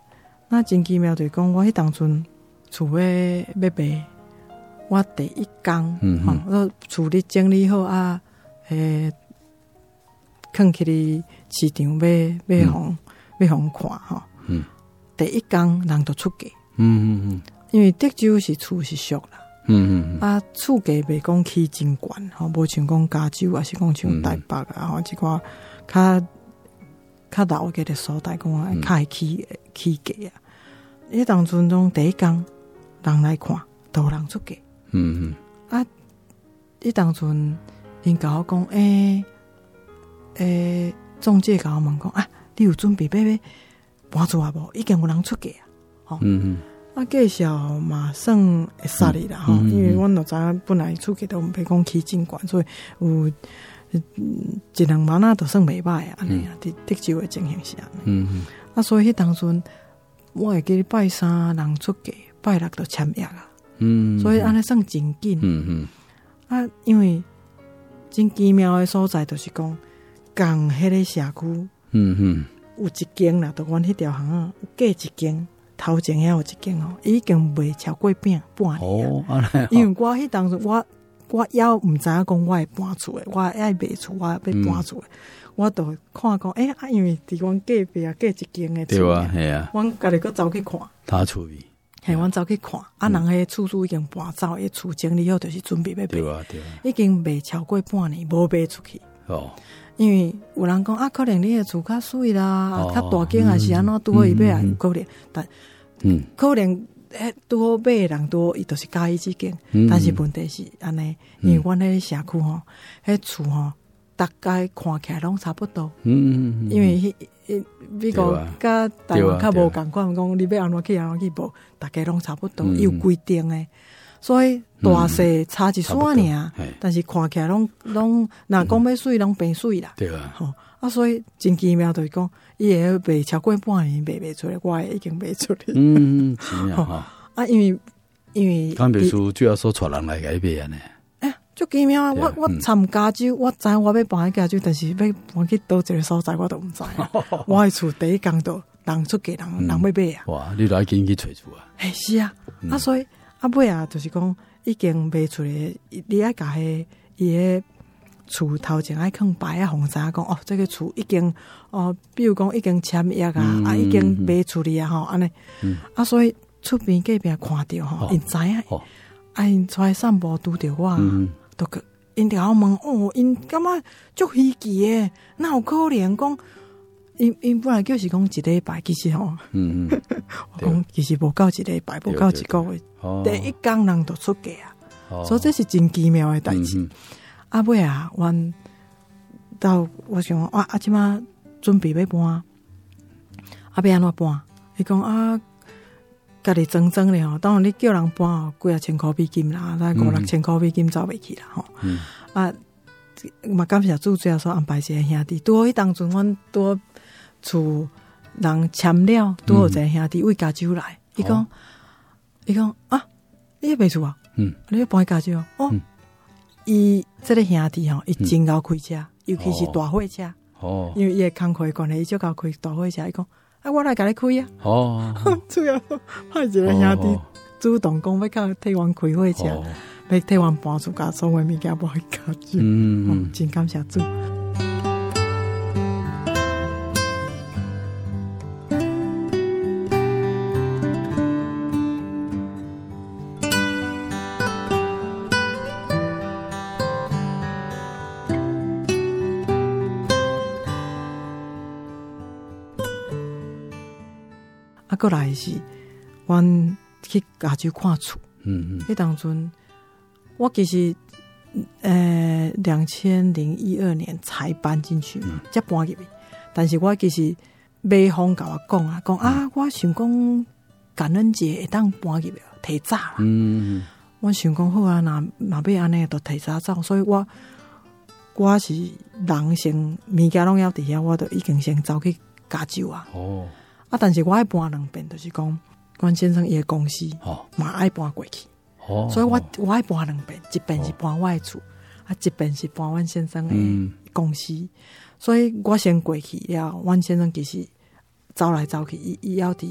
那真奇妙就是讲，我迄当阵厝要要卖，我第一工，嗯吼，我厝里整理好啊，诶，放起哩市场要要互要互看吼。嗯，第一工人就出价。嗯嗯嗯，因为德州是厝是俗啦。嗯嗯啊，厝价袂讲起真悬吼，无像讲加州还是讲像台北啊吼，即个较较老嘅的所在，讲较会起起价啊。迄当阵种第一工人来看，都有人出价。嗯嗯啊，迄当阵因甲我讲，诶、欸、诶、欸，中介甲我问讲啊，你有准备要要搬厝啊无？已经有人出价啊，吼。嗯嗯。啊，介绍嘛算会杀你啦吼，因为阮就知影本来厝价都毋袂讲起真悬，所以有一两万啊，都算袂歹啊，安尼啊，伫德州的情形是安尼。嗯嗯。啊，所以迄当阵我会记拜三人出价，拜六就签约啊。嗯。所以安尼算真紧。嗯嗯。啊，因为真奇妙的所在，就是讲共迄个社区，嗯嗯，有一间啦，就阮迄条巷啊，有隔一间。头前遐有一间哦，已经卖超过半半年啊。哦、因为我迄当时我我也毋知影讲我会搬厝诶，我爱卖厝，我要搬厝诶，嗯、我就看讲，诶、欸、啊，因為伫阮隔壁啊，隔一間诶厝，對啊，係啊，阮家己佫走去看，他厝邊，係阮走去看，啊，人迄厝主已經搬走，迄厝整理好，就是準備要賣，對啊對啊，已經賣超過半年，無賣出去。哦。因為有人講啊，可能你的厝較水啦，較、哦、大間還是安怎拄好伊買啊，有可能，但嗯，可能誒拄好買的人拄好，伊就是介意即間，嗯、但是問題是安尼，因為阮迄社區吼，迄厝吼，大概看起來攏差不多，嗯嗯，因為迄迄美國甲台灣較無共款，講你要安怎去安怎去無，大家攏差不多，伊有規定誒。所以大細差一線爾，嗯、但是看起來攏攏，若講要水攏變水啦。對啊，吼啊，所以真奇妙就是講，伊會賣超過半年賣賣出來，我已經賣出來。嗯，奇妙哈。啊，因為因為，剛賣出就要說帶人來改變呢。誒，足奇妙啊！我我參加州，我知我要搬去加州，但是要搬去倒一個所在，我都毋知。我係厝第一工到人出價，人人要買啊。哇，你來緊去找厝啊？誒，是啊，啊所以。啊尾啊，就是講已經賣出嚟，你愛甲迄伊個厝頭前愛囥牌啊，紅啥講哦，這個厝已經哦，比如講已經簽約啊，嗯、啊已經賣出嚟啊，吼安尼，啊所以厝邊隔壁看到吼，因知影，啊因出來散步拄着我，都個因條我問哦，因感覺足稀奇誒，哪有可能講？因因本來就是講一禮拜，其實吼，嗯嗯，我講其實無夠一禮拜，無夠一個月，第一工人就出價啊，所以這是真奇妙的代志。啊尾啊，阮到我想啊啊，即馬準備要搬，啊要安怎搬？伊講啊，家己裝裝咧吼，當然你叫人搬哦，幾啊千塊美金啦，那五六千塊美金走袂去啦吼。啊，嘛感謝主最後所安排一個兄弟，拄好迄當陣阮拄好。厝人簽了，拄好一個兄弟為加州來，伊講，伊講啊，你要賣厝啊？嗯，你要搬去加州哦？伊這個兄弟吼，伊真夠開車，尤其是大貨車。哦，因為伊個工課關係，伊就夠開大貨車。伊講，啊，我來甲你開啊。哦，主要派一個兄弟主動講要甲替阮開貨車，要替阮搬厝甲所有物件搬去加州。嗯，真感謝主。啊，過來是，阮去加州看厝。嗯嗯。迄當陣，我其實，呃，兩千零一二年才搬進去，才、嗯、搬入去。但是我其實買方甲我講啊，講、嗯、啊，我想講感恩節會當搬入去，提早啦。嗯嗯。我想講好啊，若若要安尼，就提早走。所以我我是人先物件攏要佇遐，我就已經先走去加州啊。哦。啊！但是我愛搬兩遍，就是講，阮先生伊個公司嘛愛搬過去，哦、所以我我愛搬兩遍，一遍是搬我的厝，哦、啊，一遍是搬阮先生的公司，嗯、所以我先過去了。阮先生其實走來走去，伊伊要佇伊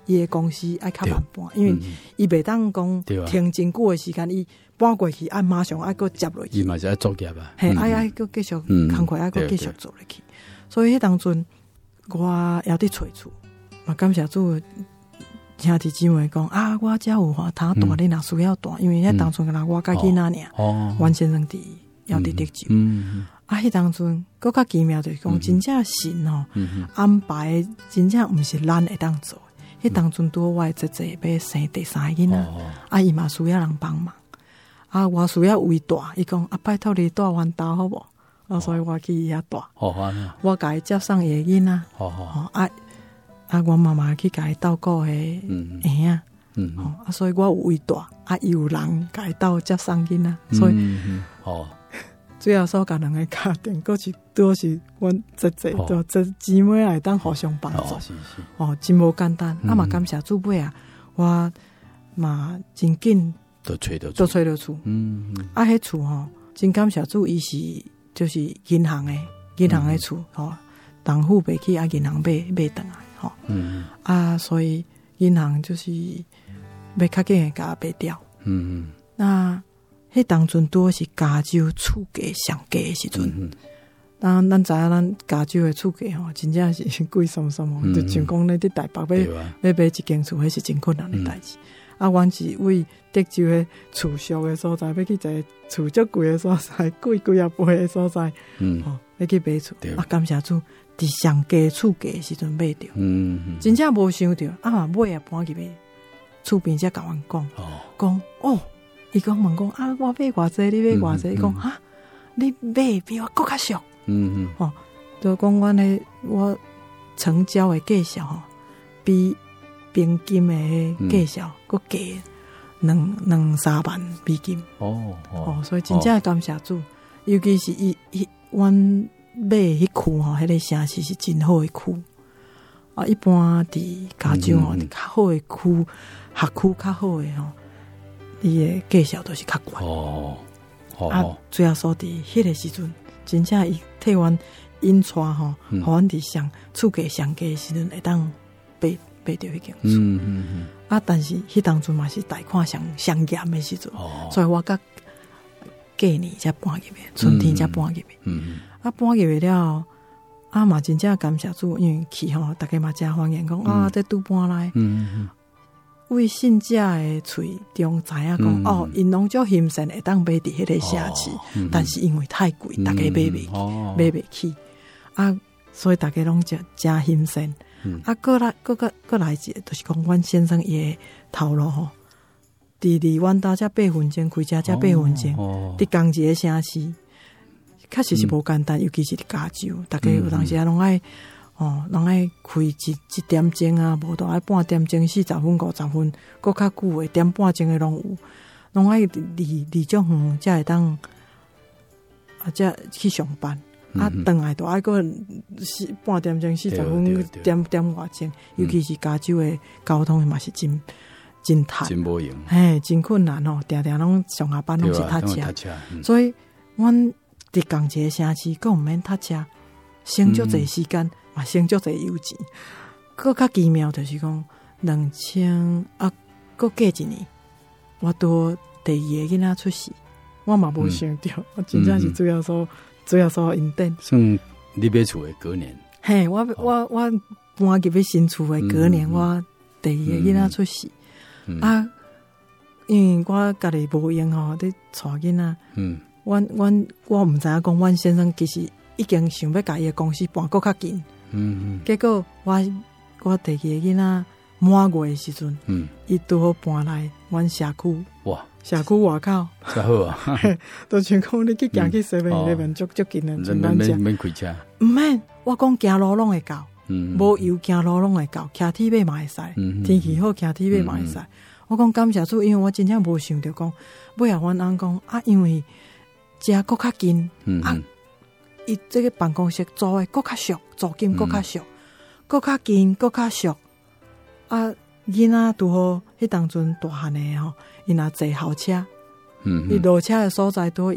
伊诶公司爱较慢搬，因为伊袂当讲停真久诶时间，伊搬过去啊，马上爱搁接落去。 伊嘛是爱作业啊， 嘿，爱爱搁继续工课，爱搁继续做落去。所以迄当阵我还伫找厝，嘛感谢主。兄弟姊妹讲啊，我遮有吼他大，你若需要大，因为迄当阵若我甲囡仔尔，阮先生伫要伫德州，啊，迄当阵佫较奇妙就是讲，真正神吼安排，真正毋是咱会当做。迄当阵拄我姐姐要生第三个囡仔，啊，伊嘛需要人帮忙，啊，我需要位住，伊讲啊，拜托你住阮兜好无？啊，所以我去伊遐住，我甲伊接送伊个囡仔，啊。啊，我妈妈去甲伊照顾迄个婴仔，吼啊，所以我有位住，啊，有人甲伊照接送囡仔，所以哦，主要说甲两个家庭，佫是都是阮姐姐，都这姊妹来当互相帮助，哦，真无简单。啊嘛，感谢主尾啊，我嘛真紧都找到， 都找到厝，嗯，啊，迄厝吼，真感谢主，伊是就是银行诶，银行诶厝，吼，政府买起啊，银行买买倒来。吼，嗯啊，所以银行就是要较紧诶，甲卖掉。嗯嗯，那迄当阵拄是加州厝价上低诶时阵，嗯嗯，咱咱知影咱加州诶厝价吼，真正是贵松松哦，就像讲咧伫台北要要买一间厝，迄是真困难诶代志。啊，阮是为德州诶厝俗诶所在，要去一个厝足贵诶所在，贵贵啊倍诶所在，嗯，吼，要去买厝。啊，感谢主。伫上低厝价时阵买着，嗯嗯，真正无想着，啊嘛买啊搬去买，厝边才甲阮讲，讲哦，伊讲问讲啊，我买偌济，你买偌济，伊讲哈，你买比我更较俗，嗯嗯，哦，就讲阮诶我成交诶价钱吼，比平均诶价钱佫低两两三万美金，哦哦，所以真正感谢主，尤其是伊伊阮。买迄区吼，迄个城市是真好诶区啊！一般伫加州吼，较好诶区，学区较好诶吼，伊诶价钱都是较悬哦。啊，主要说伫迄个时阵，真正伊替阮引带吼，互阮伫上厝价上价诶时阵，会当买买着迄间厝。嗯嗯嗯。啊，但是迄当阵嘛是贷款上上严诶时阵，所以我甲过年才搬入去，春天才搬入去。嗯。啊，搬入去了，啊嘛真正感谢主，因为去吼，大家嘛真欢迎，讲啊，这拄搬来，为信者的嘴中知影讲，哦，因拢足欣赏会当买伫迄个城市，但是因为太贵，大家买袂起，买袂起，啊，所以大家拢真真欣赏。啊，过来，过个过来一个，就是讲，阮先生伊的头路吼，伫离阮兜才八分钟，开车才八分钟，伫同一个城市。确实是无简单，嗯、尤其是伫加州，大家有当时啊，拢爱哦，拢爱开一一点钟啊，无都爱半点钟，四十分、五十分，搁较久诶，点半钟诶拢有，拢爱离离足远，才会当啊，才去上班。嗯、啊，转来都爱搁四半点钟、四十分点点外钟，尤其是加州诶交通嘛是真真难， 真无用， 嘿，真困难哦，定定拢上下班拢是搭车，嗯、所以阮。伫同一个城市，佫毋免搭车，省足侪时间，嘛省足侪油钱。佫较奇妙就是讲，两千啊，佫过一年，我拄第二个囡仔出世，我嘛无想到，嗯、我真正是主要说，嗯、主要说因等。 算你买厝的隔年。 嘿，我我我搬入去新厝的隔年，嗯、我第二个囡仔出世，嗯、啊，因为我家己无闲吼，伫带囡仔。嗯。阮阮我毋知影讲，阮先生其实已经想要甲伊诶公司搬搁较近，嗯嗯，结果我我第二个囡仔满月诶时阵，嗯，伊拄好搬来阮社区，哇，社区外口， 真好啊！ 就像讲你去行去西边那边足足近诶， 免免免开车， 毋免，我讲行路拢会到，嗯，无油行路拢会到，骑铁马嘛会使，天气好骑铁马嘛会使。我讲感謝主，因為我真正無想到講，尾後阮翁講啊，因為遮更較近，嗯、啊，伊這個辦公室租的更較俗，租金更較俗，更較近，更較俗。啊，囡仔拄好，迄當陣大漢的吼，伊若坐校車，伊、嗯、落車的所在都伊。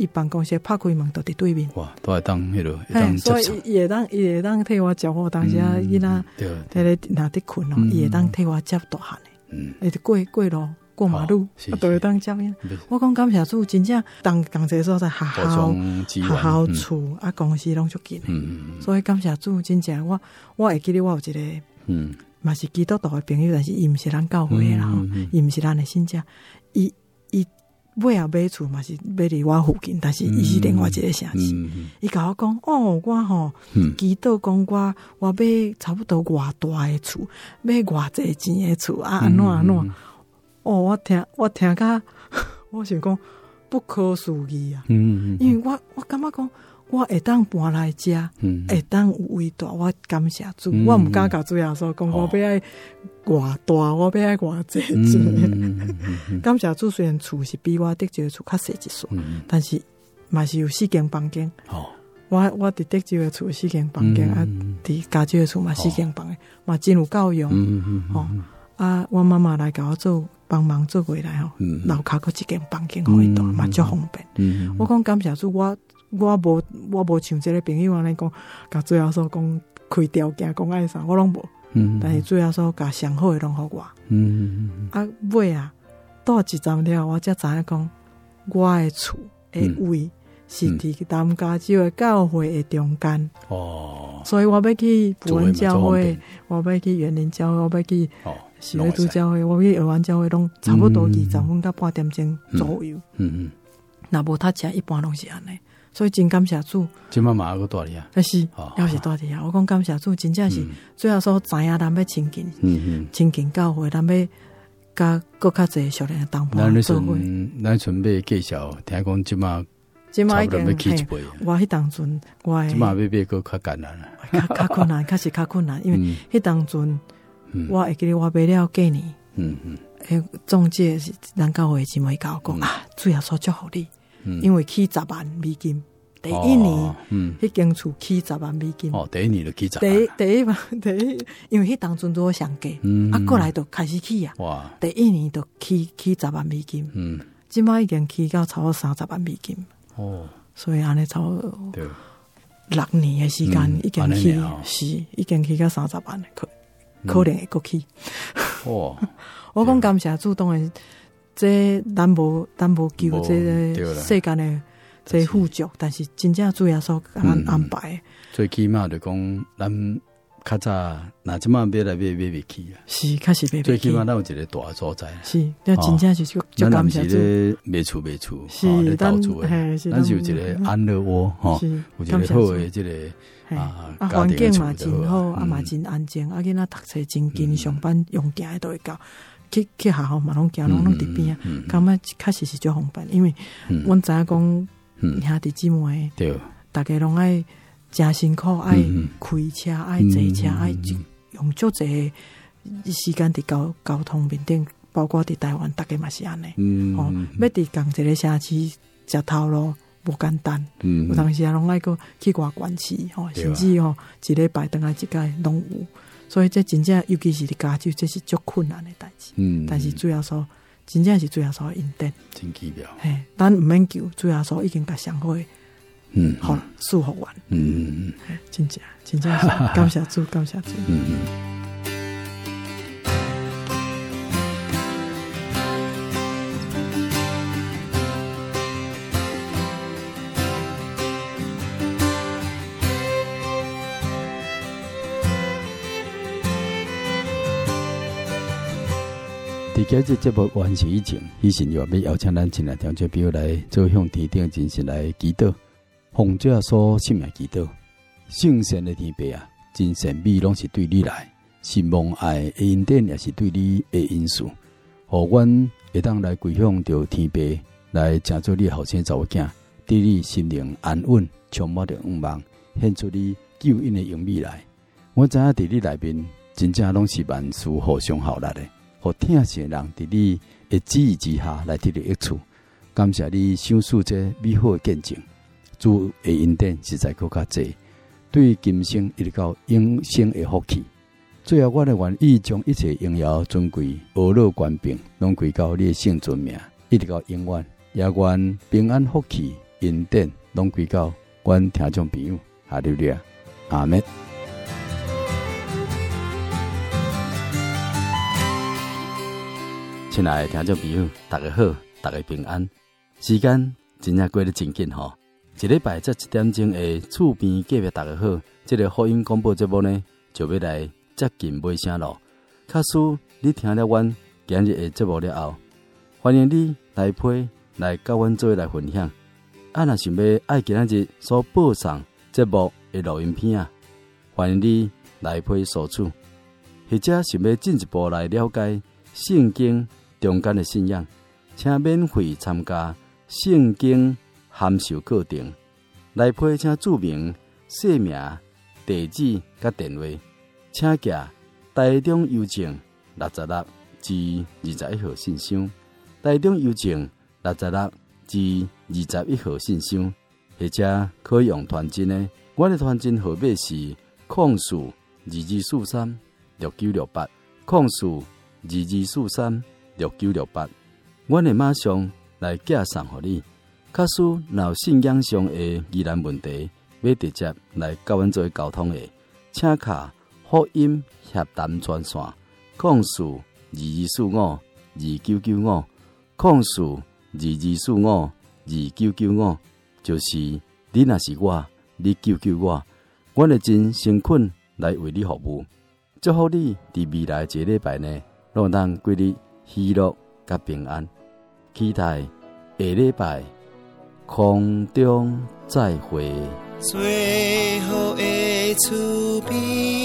伊办公室拍开门就伫对面。 哇，都会当迄落，会当所以伊会当，伊会当替我照顾当时啊，囡仔伫咧若伫困哦，伊会当替我接大汉诶。嗯，会过过路过马路，啊，都会当接因。我讲感谢主，真正同同齐所在学校、学校厝啊，公司拢足近。嗯，所以感谢主，真正我我会记得我有一个，嗯，嘛是基督徒诶朋友，但是伊毋是咱教会啦，伊毋是咱诶信者，伊伊。尾后买厝嘛是买伫我附近，但是伊是另外一个城市。伊甲、嗯、我讲，哦，我吼，祈禱講我我買差不多偌大誒厝，買偌濟錢誒厝啊，安怎安怎？哦，我聽我聽甲，我想講不可思議啊！嗯、因為我我感覺講，我會當搬來遮，嗯、會當有位大，我感謝主，嗯、我毋敢甲主耶穌講，我要愛偌大，我要愛偌濟錢。感謝主，雖然厝是比我得州厝較細一歲，嗯、但是嘛是有四間房間。哦、我我佇德州的厝有四間房間，嗯、啊，佇加州的厝嘛四間房間，嘛、哦、真有夠用。嗯嗯嗯、哦，啊，我媽媽來甲我做幫忙做回來吼，嗯、樓下嗰一間房間可以住，嘛足方便。嗯嗯、我講感謝主，我。我無我無像這個朋友安尼講，甲主要說講開條件講愛啥，我攏無。嗯、但是主要說甲上好誒攏互我。嗯、啊尾啊，到一站了，我才知影講，我誒厝誒位、嗯、是佇南加州誒教會誒中間。哦，所以我要去福音教會，我要去園林教會，我要去喜樂都教會，我去爾灣教會，攏差不多二十分到半點鐘左右。嗯嗯，若無他車一般攏是安尼。所以真感謝主， 今媽媽還佫住哩啊， 但是要是住哩啊，我講感謝主，真正是最後所知影，咱要親近，親近教會，咱要甲佫較濟熟人同伴做伙。 咱陣要介紹，聽講今媽， 今媽已經係我迄當陣，我今媽要買佫較艱難啦， 較較困難，確實較困難，因為迄當陣我會記得我買了過年，誒總結是咱教會姊妹甲我講啊，最後所祝福你。嗯、因為起十萬美金，第一年，迄、哦嗯、間厝起十萬美金。哦，第一年就起十萬。第第一第一，因為迄當陣都上價，嗯、啊，過來就開始起啊。哇！第一年就起起十萬美金。嗯，即擺已經起到超過三十萬美金。哦，所以安尼超過六年嘅時間，嗯、已經起，哦、是已經起到三十萬，可可能會過起。哦，我講感謝主動嘅。這咱無咱無求這個世間的這富足，但是真正主要所安安排。 最起碼就講，咱較早那即馬買來買買袂起啊。 是，確實買袂起。 最起碼咱有一個大所在。 是，那真正是就就感謝主。 咱買厝買厝， 是咱咱是有一個安樂窩，哈，有一個好的這個啊環境嘛真好，啊嘛真安靜，啊囡仔讀冊真緊，上班用行都會到。去去學校嘛，攏行攏攏佇邊啊，感覺確實是最方便，因為阮知影講兄弟姊妹，大家攏愛真辛苦，愛開車，愛坐車，愛用足濟時間佇交交通面頂，包括佇台灣，大家嘛是安尼。哦，要佇共一個城市食頭路無簡單，有當時啊攏愛個去外縣市，吼，甚至吼一禮拜等下一屆攏有。所以這真正，尤其是伫加州，這是足困難的代志。嗯，但是主要說，真正是主要說應得。 真奇妙。 嘿，咱毋免求，主要說已經甲上好。嗯，好，祝福完。嗯嗯，真正，真正是感謝主，感謝主。嗯嗯。 伫今日節目完成以前，以前又要邀請咱親愛聽眾朋友來做向天頂真神來祈禱，奉主耶穌聖名祈禱。聖善的天父啊，真善美攏是對你來，是蒙愛的恩典，也是對你的恩賜。互阮會當來歸向着天父，來成做你後生查某囝，對你心靈安穩，充滿着盼望，獻出你救恩的榮美來。我知影佇你內面，真正攏是萬事互相效力的。互聽信人佇你的旨意之下來得到益處，感謝你享受這美好的見證，主的恩典實在佫較濟，對今生一直到永生的福氣。最後，我哋願意將一切榮耀尊貴、阿羅權柄，攏歸到你的聖尊名，一直到永遠。也願平安福氣恩典，拢归到阮听众朋友哈利路亚，阿们。亲爱的听众朋友，大家好，大家平安。时间真正过得真紧吼，一礼拜这一点钟的厝边隔壁大家好，这个福音广播节目呢，就要来接近尾声咯。假使你听了阮今日的节目了后，欢迎你来批来跟阮做来分享。啊，若想要爱今日所播送节目的录音片啊，欢迎你来批索取，或者想要进一步来了解圣经中间的信仰，请免费参加圣经函授课程。来批请注明姓名、地址甲电话，请寄台中邮政六十六至二十一号信箱。台中邮政六十六至二十一号信箱，或者可以用传真的。我的传真号码是空数二二四三六九六八，空数二二四三六九六八，我会马上来寄送给你。假使有信仰上的疑难问题，要直接来跟阮做沟通的，请卡福音协谈专线，空数二二四五二九九五，空数二二四五二九九五，就是你若是我，你救救我，我会真诚恳来为你服务。祝福你伫未来一个礼拜呢，让咱过日喜乐甲平安。期待下礼拜空中再会。 最后的厝边，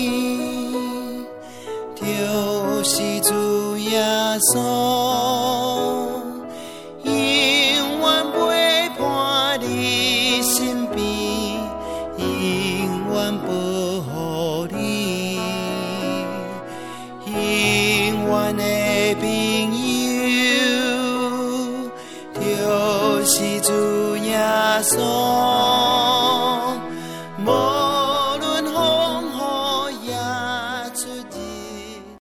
就是主耶稣，永远陪伴你身边，永远保护你，永远的朋友，就是主耶稣。